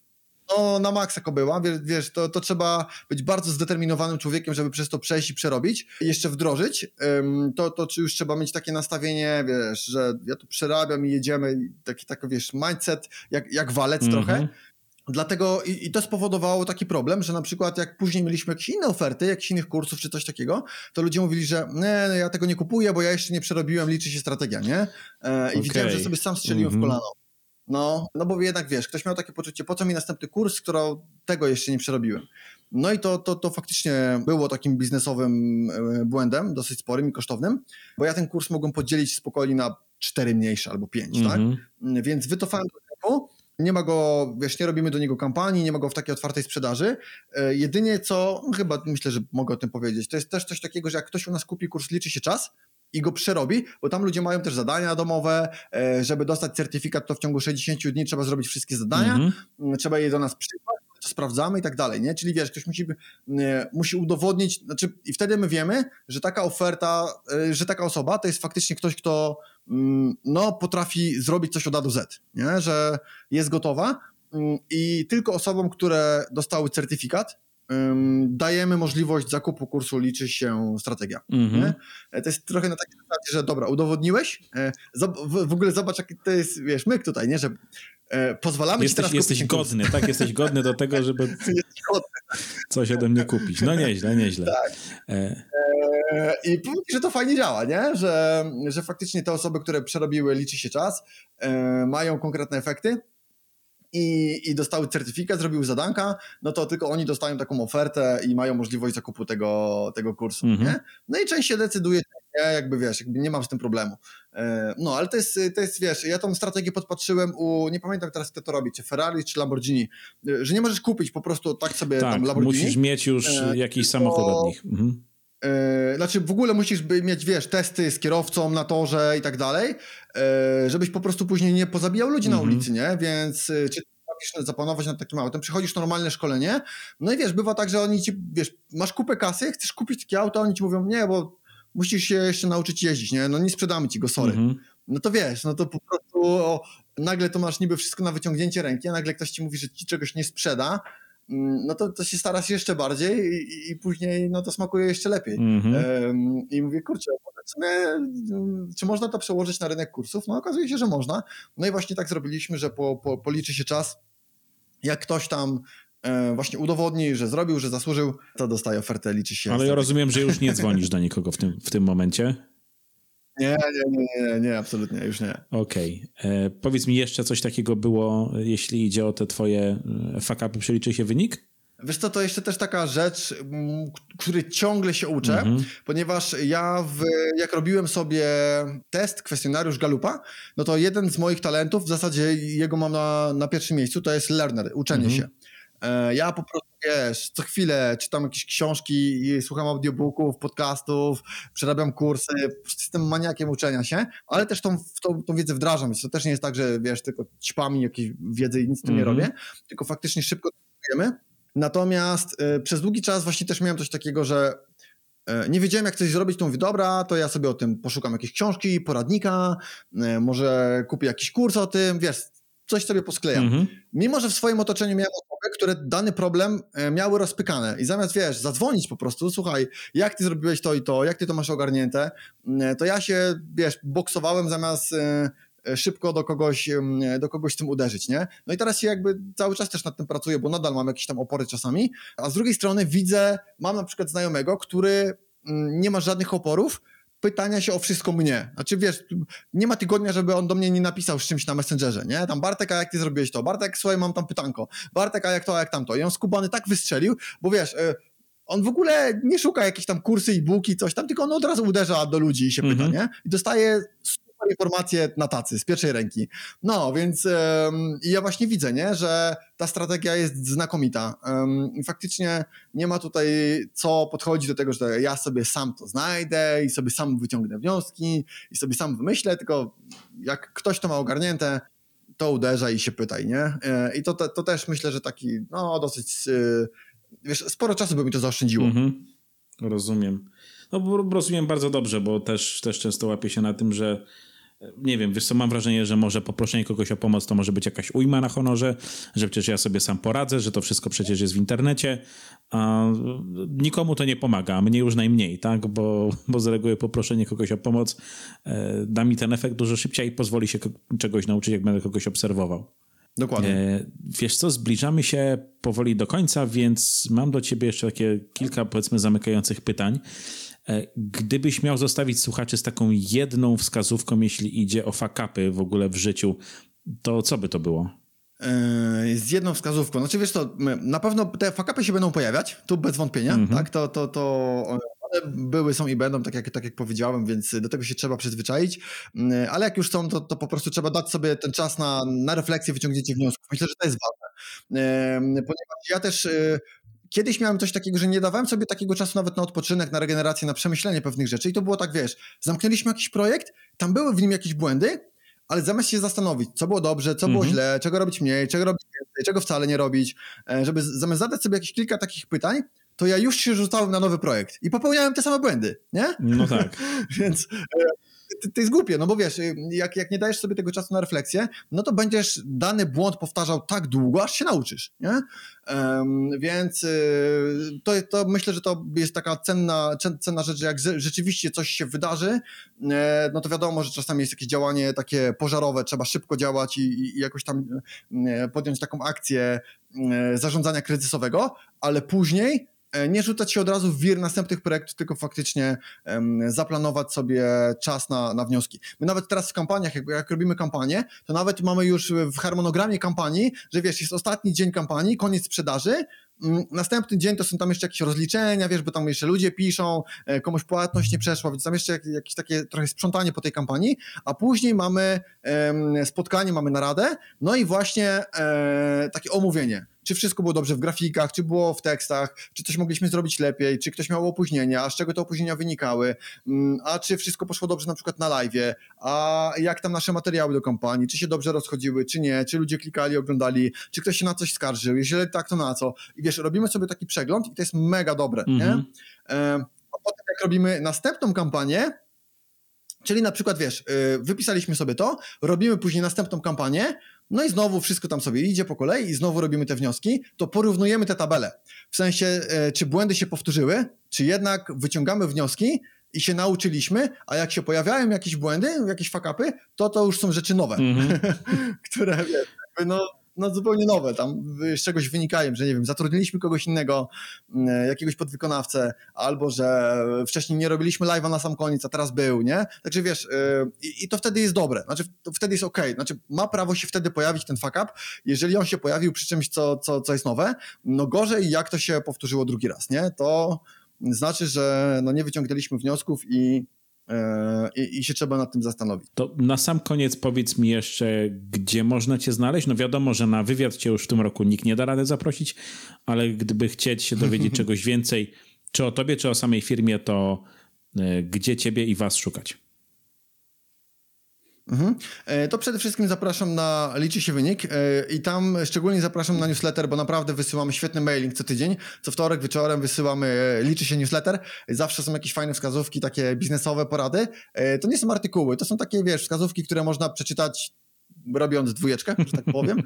No, na maksa kobyła, wiesz, wiesz to, to trzeba być bardzo zdeterminowanym człowiekiem, żeby przez to przejść i przerobić i jeszcze wdrożyć, to, to czy już trzeba mieć takie nastawienie, wiesz, że ja tu przerabiam i jedziemy, taki, taki wiesz, mindset jak, jak walec mm-hmm. trochę. Dlatego i, i to spowodowało taki problem, że na przykład jak później mieliśmy jakieś inne oferty, jakichś innych kursów czy coś takiego, to ludzie mówili, że nie, no ja tego nie kupuję, bo ja jeszcze nie przerobiłem, liczy się strategia, nie? E, I okay. widziałem, że sobie sam strzeliłem mm-hmm. w kolano. No, no bo jednak wiesz, ktoś miał takie poczucie, po co mi następny kurs, skoro tego jeszcze nie przerobiłem. No i to, to, to faktycznie było takim biznesowym błędem, dosyć sporym i kosztownym, bo ja ten kurs mogłem podzielić spokojnie na cztery mniejsze albo pięć, mm-hmm. tak? Więc wycofałem do tego, nie ma go, wiesz, nie robimy do niego kampanii, nie ma go w takiej otwartej sprzedaży. E, jedynie co, no chyba myślę, że mogę o tym powiedzieć, to jest też coś takiego, że jak ktoś u nas kupi kurs Liczy się czas, i go przerobi, bo tam ludzie mają też zadania domowe, żeby dostać certyfikat, to w ciągu sześćdziesięciu dni trzeba zrobić wszystkie zadania, mm-hmm. trzeba je do nas przysłać, to sprawdzamy i tak dalej, nie? Czyli wiesz, ktoś musi, musi udowodnić, znaczy i wtedy my wiemy, że taka oferta, że taka osoba to jest faktycznie ktoś, kto no, potrafi zrobić coś od A do Z, nie? Że jest gotowa i tylko osobom, które dostały certyfikat, dajemy możliwość zakupu kursu Liczy się strategia. Mm-hmm. To jest trochę na takiej zasadzie, że dobra, udowodniłeś, w ogóle zobacz, jaki to jest, wiesz, myk tutaj, nie, że pozwalamy jesteś, ci teraz jesteś godny, kurs. Tak? Jesteś godny do tego, żeby coś ode mnie kupić. No nieźle, nieźle. Tak. E... I powiem ci, że to fajnie działa, nie? Że, że faktycznie te osoby, które przerobiły Liczy się czas, mają konkretne efekty. I, i dostały certyfikat, zrobiły zadanka, no to tylko oni dostają taką ofertę i mają możliwość zakupu tego, tego kursu, mm-hmm. nie? No i część się decyduje, nie, jakby wiesz, jakby nie mam z tym problemu. No, ale to jest, to jest, wiesz, ja tą strategię podpatrzyłem u, nie pamiętam teraz kto to robi, czy Ferrari, czy Lamborghini, że nie możesz kupić po prostu tak sobie tak, tam Lamborghini. musisz mieć już e, jakiś to... samochód od nich. Mhm. Znaczy w ogóle musisz mieć, wiesz, testy z kierowcą na torze i tak dalej, żebyś po prostu później nie pozabijał ludzi mm-hmm. na ulicy, nie? Więc czy potrafisz zapanować nad takim autem, przychodzisz normalne szkolenie, no i wiesz, bywa tak, że oni ci, wiesz, masz kupę kasy, chcesz kupić takie auto, a oni ci mówią, nie, bo musisz się jeszcze nauczyć jeździć, nie, no nie sprzedamy ci go, sorry. Mhm. No to wiesz, no to po prostu o, nagle to masz niby wszystko na wyciągnięcie ręki, a nagle ktoś ci mówi, że ci czegoś nie sprzeda, no to, to się starasz jeszcze bardziej i, i później no to smakuje jeszcze lepiej. Mm-hmm. Um, I mówię, kurczę, w sumie, czy można to przełożyć na rynek kursów? No okazuje się, że można. No i właśnie tak zrobiliśmy, że po, po, policzy się czas, jak ktoś tam e, właśnie udowodni, że zrobił, że zasłużył, to dostaje ofertę, liczy się. Ale ja rozumiem, że już nie dzwonisz do nikogo w tym, w tym momencie. Nie, nie, nie, nie, nie, absolutnie, już nie. Okej. Okay. Powiedz mi, jeszcze coś takiego było, jeśli idzie o te twoje fuck-upy, przeliczy się wynik? Wiesz co, to jeszcze też taka rzecz, której ciągle się uczę, mm-hmm. ponieważ ja w, jak robiłem sobie test, kwestionariusz Gallupa, no to jeden z moich talentów, w zasadzie jego mam na, na pierwszym miejscu, to jest learner, uczenie mm-hmm. się. Ja po prostu, wiesz, co chwilę czytam jakieś książki, słucham audiobooków, podcastów, przerabiam kursy, po prostu jestem maniakiem uczenia się, ale też tą, tą, tą wiedzę wdrażam, więc to też nie jest tak, że wiesz, tylko ćpami jakiejś wiedzy i nic z tym mm-hmm. nie robię, tylko faktycznie szybko pracujemy. Natomiast y, przez długi czas właśnie też miałem coś takiego, że y, nie wiedziałem jak coś zrobić, to mówię, dobra, to ja sobie o tym poszukam jakiejś książki, poradnika, y, może kupię jakiś kurs o tym, wiesz, coś sobie posklejam. Mm-hmm. Mimo, że w swoim otoczeniu miałem osoby, które dany problem y, miały rozpykane i zamiast, wiesz, zadzwonić po prostu, słuchaj, jak ty zrobiłeś to i to, jak ty to masz ogarnięte, y, to ja się, wiesz, boksowałem zamiast... Y, szybko do kogoś, do kogoś z tym uderzyć, nie? No i teraz się jakby cały czas też nad tym pracuję, bo nadal mam jakieś tam opory czasami, a z drugiej strony widzę, mam na przykład znajomego, który nie ma żadnych oporów, pytania się o wszystko mnie. Znaczy wiesz, nie ma tygodnia, żeby on do mnie nie napisał z czymś na Messengerze, nie? Tam Bartek, a jak ty zrobiłeś to? Bartek, słuchaj, mam tam pytanko. Bartek, a jak to, a jak tamto? I on skubany tak wystrzelił, bo wiesz... On w ogóle nie szuka jakieś tam kursy, e-booki, coś tam, tylko on od razu uderza do ludzi i się pyta, mm-hmm. nie? I dostaje super informacje na tacy, z pierwszej ręki. No, więc um, ja właśnie widzę, nie? Że ta strategia jest znakomita. Um, I faktycznie nie ma tutaj co podchodzić do tego, że ja sobie sam to znajdę i sobie sam wyciągnę wnioski i sobie sam wymyślę, tylko jak ktoś to ma ogarnięte, to uderza i się pytaj, nie? I to, to, to też myślę, że taki, no, dosyć... Wiesz, sporo czasu by mi to zaoszczędziło. Mm-hmm. Rozumiem. No rozumiem bardzo dobrze, bo też, też często łapię się na tym, że nie wiem, wiesz co, mam wrażenie, że może poproszenie kogoś o pomoc to może być jakaś ujma na honorze, że przecież ja sobie sam poradzę, że to wszystko przecież jest w internecie, a nikomu to nie pomaga, a mnie już najmniej, tak, bo, bo z reguły poproszenie kogoś o pomoc e, da mi ten efekt dużo szybciej i pozwoli się czegoś nauczyć, jak będę kogoś obserwował. Dokładnie. E, wiesz co, zbliżamy się powoli do końca, więc mam do ciebie jeszcze takie kilka, powiedzmy, zamykających pytań. E, gdybyś miał zostawić słuchaczy z taką jedną wskazówką, jeśli idzie o fuck-upy w ogóle w życiu, to co by to było? Yy, z jedną wskazówką. Znaczy wiesz co, na pewno te fuck-upy się będą pojawiać, tu bez wątpienia, mm-hmm. tak? To, to, to one były, są i będą, tak jak, tak jak powiedziałem, więc do tego się trzeba przyzwyczaić, yy, ale jak już są, to, to po prostu trzeba dać sobie ten czas na, na refleksję, wyciągnięcie wniosków. Myślę, że to jest ważne, yy, ponieważ ja też... Yy, Kiedyś miałem coś takiego, że nie dawałem sobie takiego czasu nawet na odpoczynek, na regenerację, na przemyślenie pewnych rzeczy i to było tak, wiesz, zamknęliśmy jakiś projekt, tam były w nim jakieś błędy, ale zamiast się zastanowić, co było dobrze, co było mm-hmm. źle, czego robić mniej, czego robić więcej, czego wcale nie robić, żeby zamiast zadać sobie jakieś kilka takich pytań, to ja już się rzucałem na nowy projekt i popełniałem te same błędy, nie? No tak. Więc... To jest głupie, no bo wiesz, jak, jak nie dajesz sobie tego czasu na refleksję, no to będziesz dany błąd powtarzał tak długo, aż się nauczysz, nie? Um, więc y, to, to myślę, że to jest taka cenna, cenna rzecz, że jak rzeczywiście coś się wydarzy, e, no to wiadomo, że czasami jest jakieś działanie takie pożarowe, trzeba szybko działać i, i jakoś tam e, podjąć taką akcję e, zarządzania kryzysowego, ale później nie rzucać się od razu w wir następnych projektów, tylko faktycznie um, zaplanować sobie czas na, na wnioski. My nawet teraz w kampaniach, jak, jak robimy kampanię, to nawet mamy już w harmonogramie kampanii, że wiesz, jest ostatni dzień kampanii, koniec sprzedaży, um, następny dzień to są tam jeszcze jakieś rozliczenia, wiesz, bo tam jeszcze ludzie piszą, e, komuś płatność nie przeszła, więc tam jeszcze jak, jakieś takie trochę sprzątanie po tej kampanii, a później mamy e, spotkanie, mamy naradę, no i właśnie e, takie omówienie. czy wszystko było dobrze w grafikach, czy było w tekstach, czy coś mogliśmy zrobić lepiej, czy ktoś miał opóźnienia, a z czego te opóźnienia wynikały, a czy wszystko poszło dobrze na przykład na live'ie, a jak tam nasze materiały do kampanii, czy się dobrze rozchodziły, czy nie, czy ludzie klikali, oglądali, czy ktoś się na coś skarżył, jeżeli tak, to na co. I wiesz, robimy sobie taki przegląd i to jest mega dobre, mm-hmm. nie? A potem jak robimy następną kampanię, czyli na przykład, wiesz, wypisaliśmy sobie to, robimy później następną kampanię, no i znowu wszystko tam sobie idzie po kolei i znowu robimy te wnioski, to porównujemy te tabele. W sensie, czy błędy się powtórzyły, czy jednak wyciągamy wnioski i się nauczyliśmy, a jak się pojawiają jakieś błędy, jakieś fuck-upy, to to już są rzeczy nowe, mm-hmm. które, wiesz, jakby no... no zupełnie nowe, tam z czegoś wynikają, że nie wiem, zatrudniliśmy kogoś innego, jakiegoś podwykonawcę, albo że wcześniej nie robiliśmy live'a na sam koniec, a teraz był, nie? Także wiesz, i, i to wtedy jest dobre, znaczy to wtedy jest okej, znaczy ma prawo się wtedy pojawić ten fuck up, jeżeli on się pojawił przy czymś, co, co, co jest nowe, no gorzej jak to się powtórzyło drugi raz, nie? To znaczy, że no nie wyciągnęliśmy wniosków i I, i się trzeba nad tym zastanowić. To na sam koniec powiedz mi jeszcze, gdzie można cię znaleźć? No wiadomo, że na wywiad cię już w tym roku nikt nie da rady zaprosić, ale gdyby chcieć się dowiedzieć czegoś więcej, czy o tobie, czy o samej firmie, to gdzie ciebie i was szukać? Mhm. To przede wszystkim zapraszam na Liczy się wynik i tam szczególnie zapraszam na newsletter, bo naprawdę wysyłamy świetny mailing co tydzień. Co wtorek wieczorem wysyłamy Liczy się newsletter. Zawsze są jakieś fajne wskazówki, takie biznesowe porady. To nie są artykuły, to są takie, wiesz, wskazówki, które można przeczytać robiąc dwójeczkę, że tak powiem.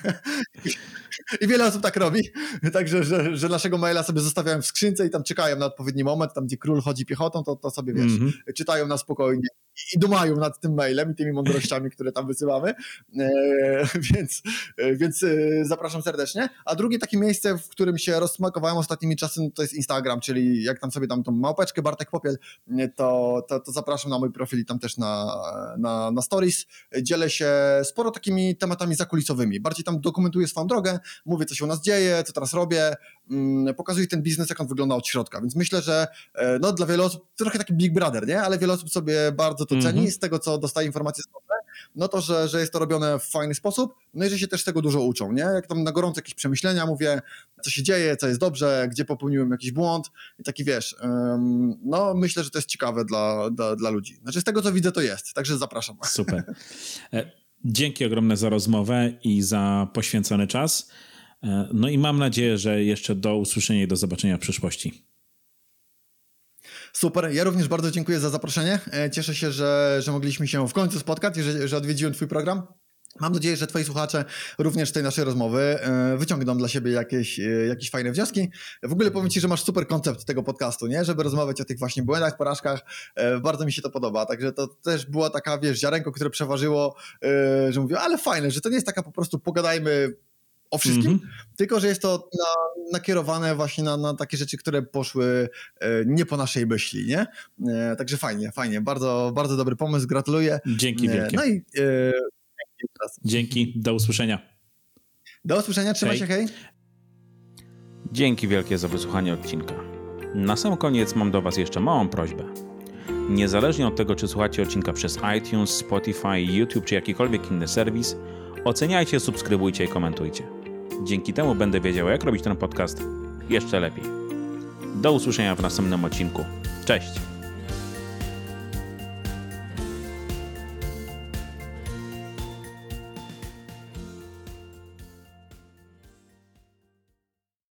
I wiele osób tak robi. Także, że, że naszego maila sobie zostawiają w skrzynce i tam czekają na odpowiedni moment, tam gdzie król chodzi piechotą, to, to sobie, wiesz, mm-hmm. czytają na spokojnie i dumają nad tym mailem i tymi mądrościami, które tam wysyłamy. E, więc więc e, zapraszam serdecznie. A drugie takie miejsce, w którym się rozsmakowałem ostatnimi czasy, to jest Instagram, czyli jak tam sobie tam tą małpeczkę Bartek Popiel, to, to, to zapraszam na mój profil i tam też na, na, na stories. Dzielę się sporo takimi tematami zakulisowymi. Bardziej tam dokumentuję swoją drogę, mówię, co się u nas dzieje, co teraz robię, mm, pokazuję ten biznes, jak on wygląda od środka. Więc myślę, że no, dla wielu osób, to trochę taki Big Brother, nie? Ale wiele osób sobie bardzo to ceni, mm-hmm. z tego, co dostaje informacje z dobre, no to, że, że jest to robione w fajny sposób, no i że się też z tego dużo uczą, nie? Jak tam na gorąco jakieś przemyślenia mówię, co się dzieje, co jest dobrze, gdzie popełniłem jakiś błąd i taki, wiesz, um, no myślę, że to jest ciekawe dla, dla, dla ludzi. Znaczy z tego, co widzę, to jest, także zapraszam. Super. Dzięki ogromne za rozmowę i za poświęcony czas. No i mam nadzieję, że jeszcze do usłyszenia i do zobaczenia w przyszłości. Super, ja również bardzo dziękuję za zaproszenie. Cieszę się, że, że mogliśmy się w końcu spotkać, że, że odwiedziłem twój program. Mam nadzieję, że twoi słuchacze również z tej naszej rozmowy wyciągną dla siebie jakieś, jakieś fajne wnioski. W ogóle powiem ci, że masz super koncept tego podcastu, nie? Żeby rozmawiać o tych właśnie błędach, porażkach. Bardzo mi się to podoba, także to też była taka, wiesz, ziarenko, które przeważyło, że mówię, ale fajne, że to nie jest taka po prostu pogadajmy o wszystkim, mm-hmm. tylko że jest to na, nakierowane właśnie na, na takie rzeczy, które poszły e, nie po naszej myśli, nie? E, także fajnie, fajnie, bardzo, bardzo dobry pomysł, gratuluję. Dzięki wielkie. E, no i e, dzięki, do usłyszenia. Do usłyszenia, trzymaj się, hej. Dzięki wielkie za wysłuchanie odcinka. Na sam koniec mam do was jeszcze małą prośbę. Niezależnie od tego, czy słuchacie odcinka przez iTunes, Spotify, YouTube czy jakikolwiek inny serwis, oceniajcie, subskrybujcie i komentujcie. Dzięki temu będę wiedział, jak robić ten podcast jeszcze lepiej. Do usłyszenia w następnym odcinku. Cześć!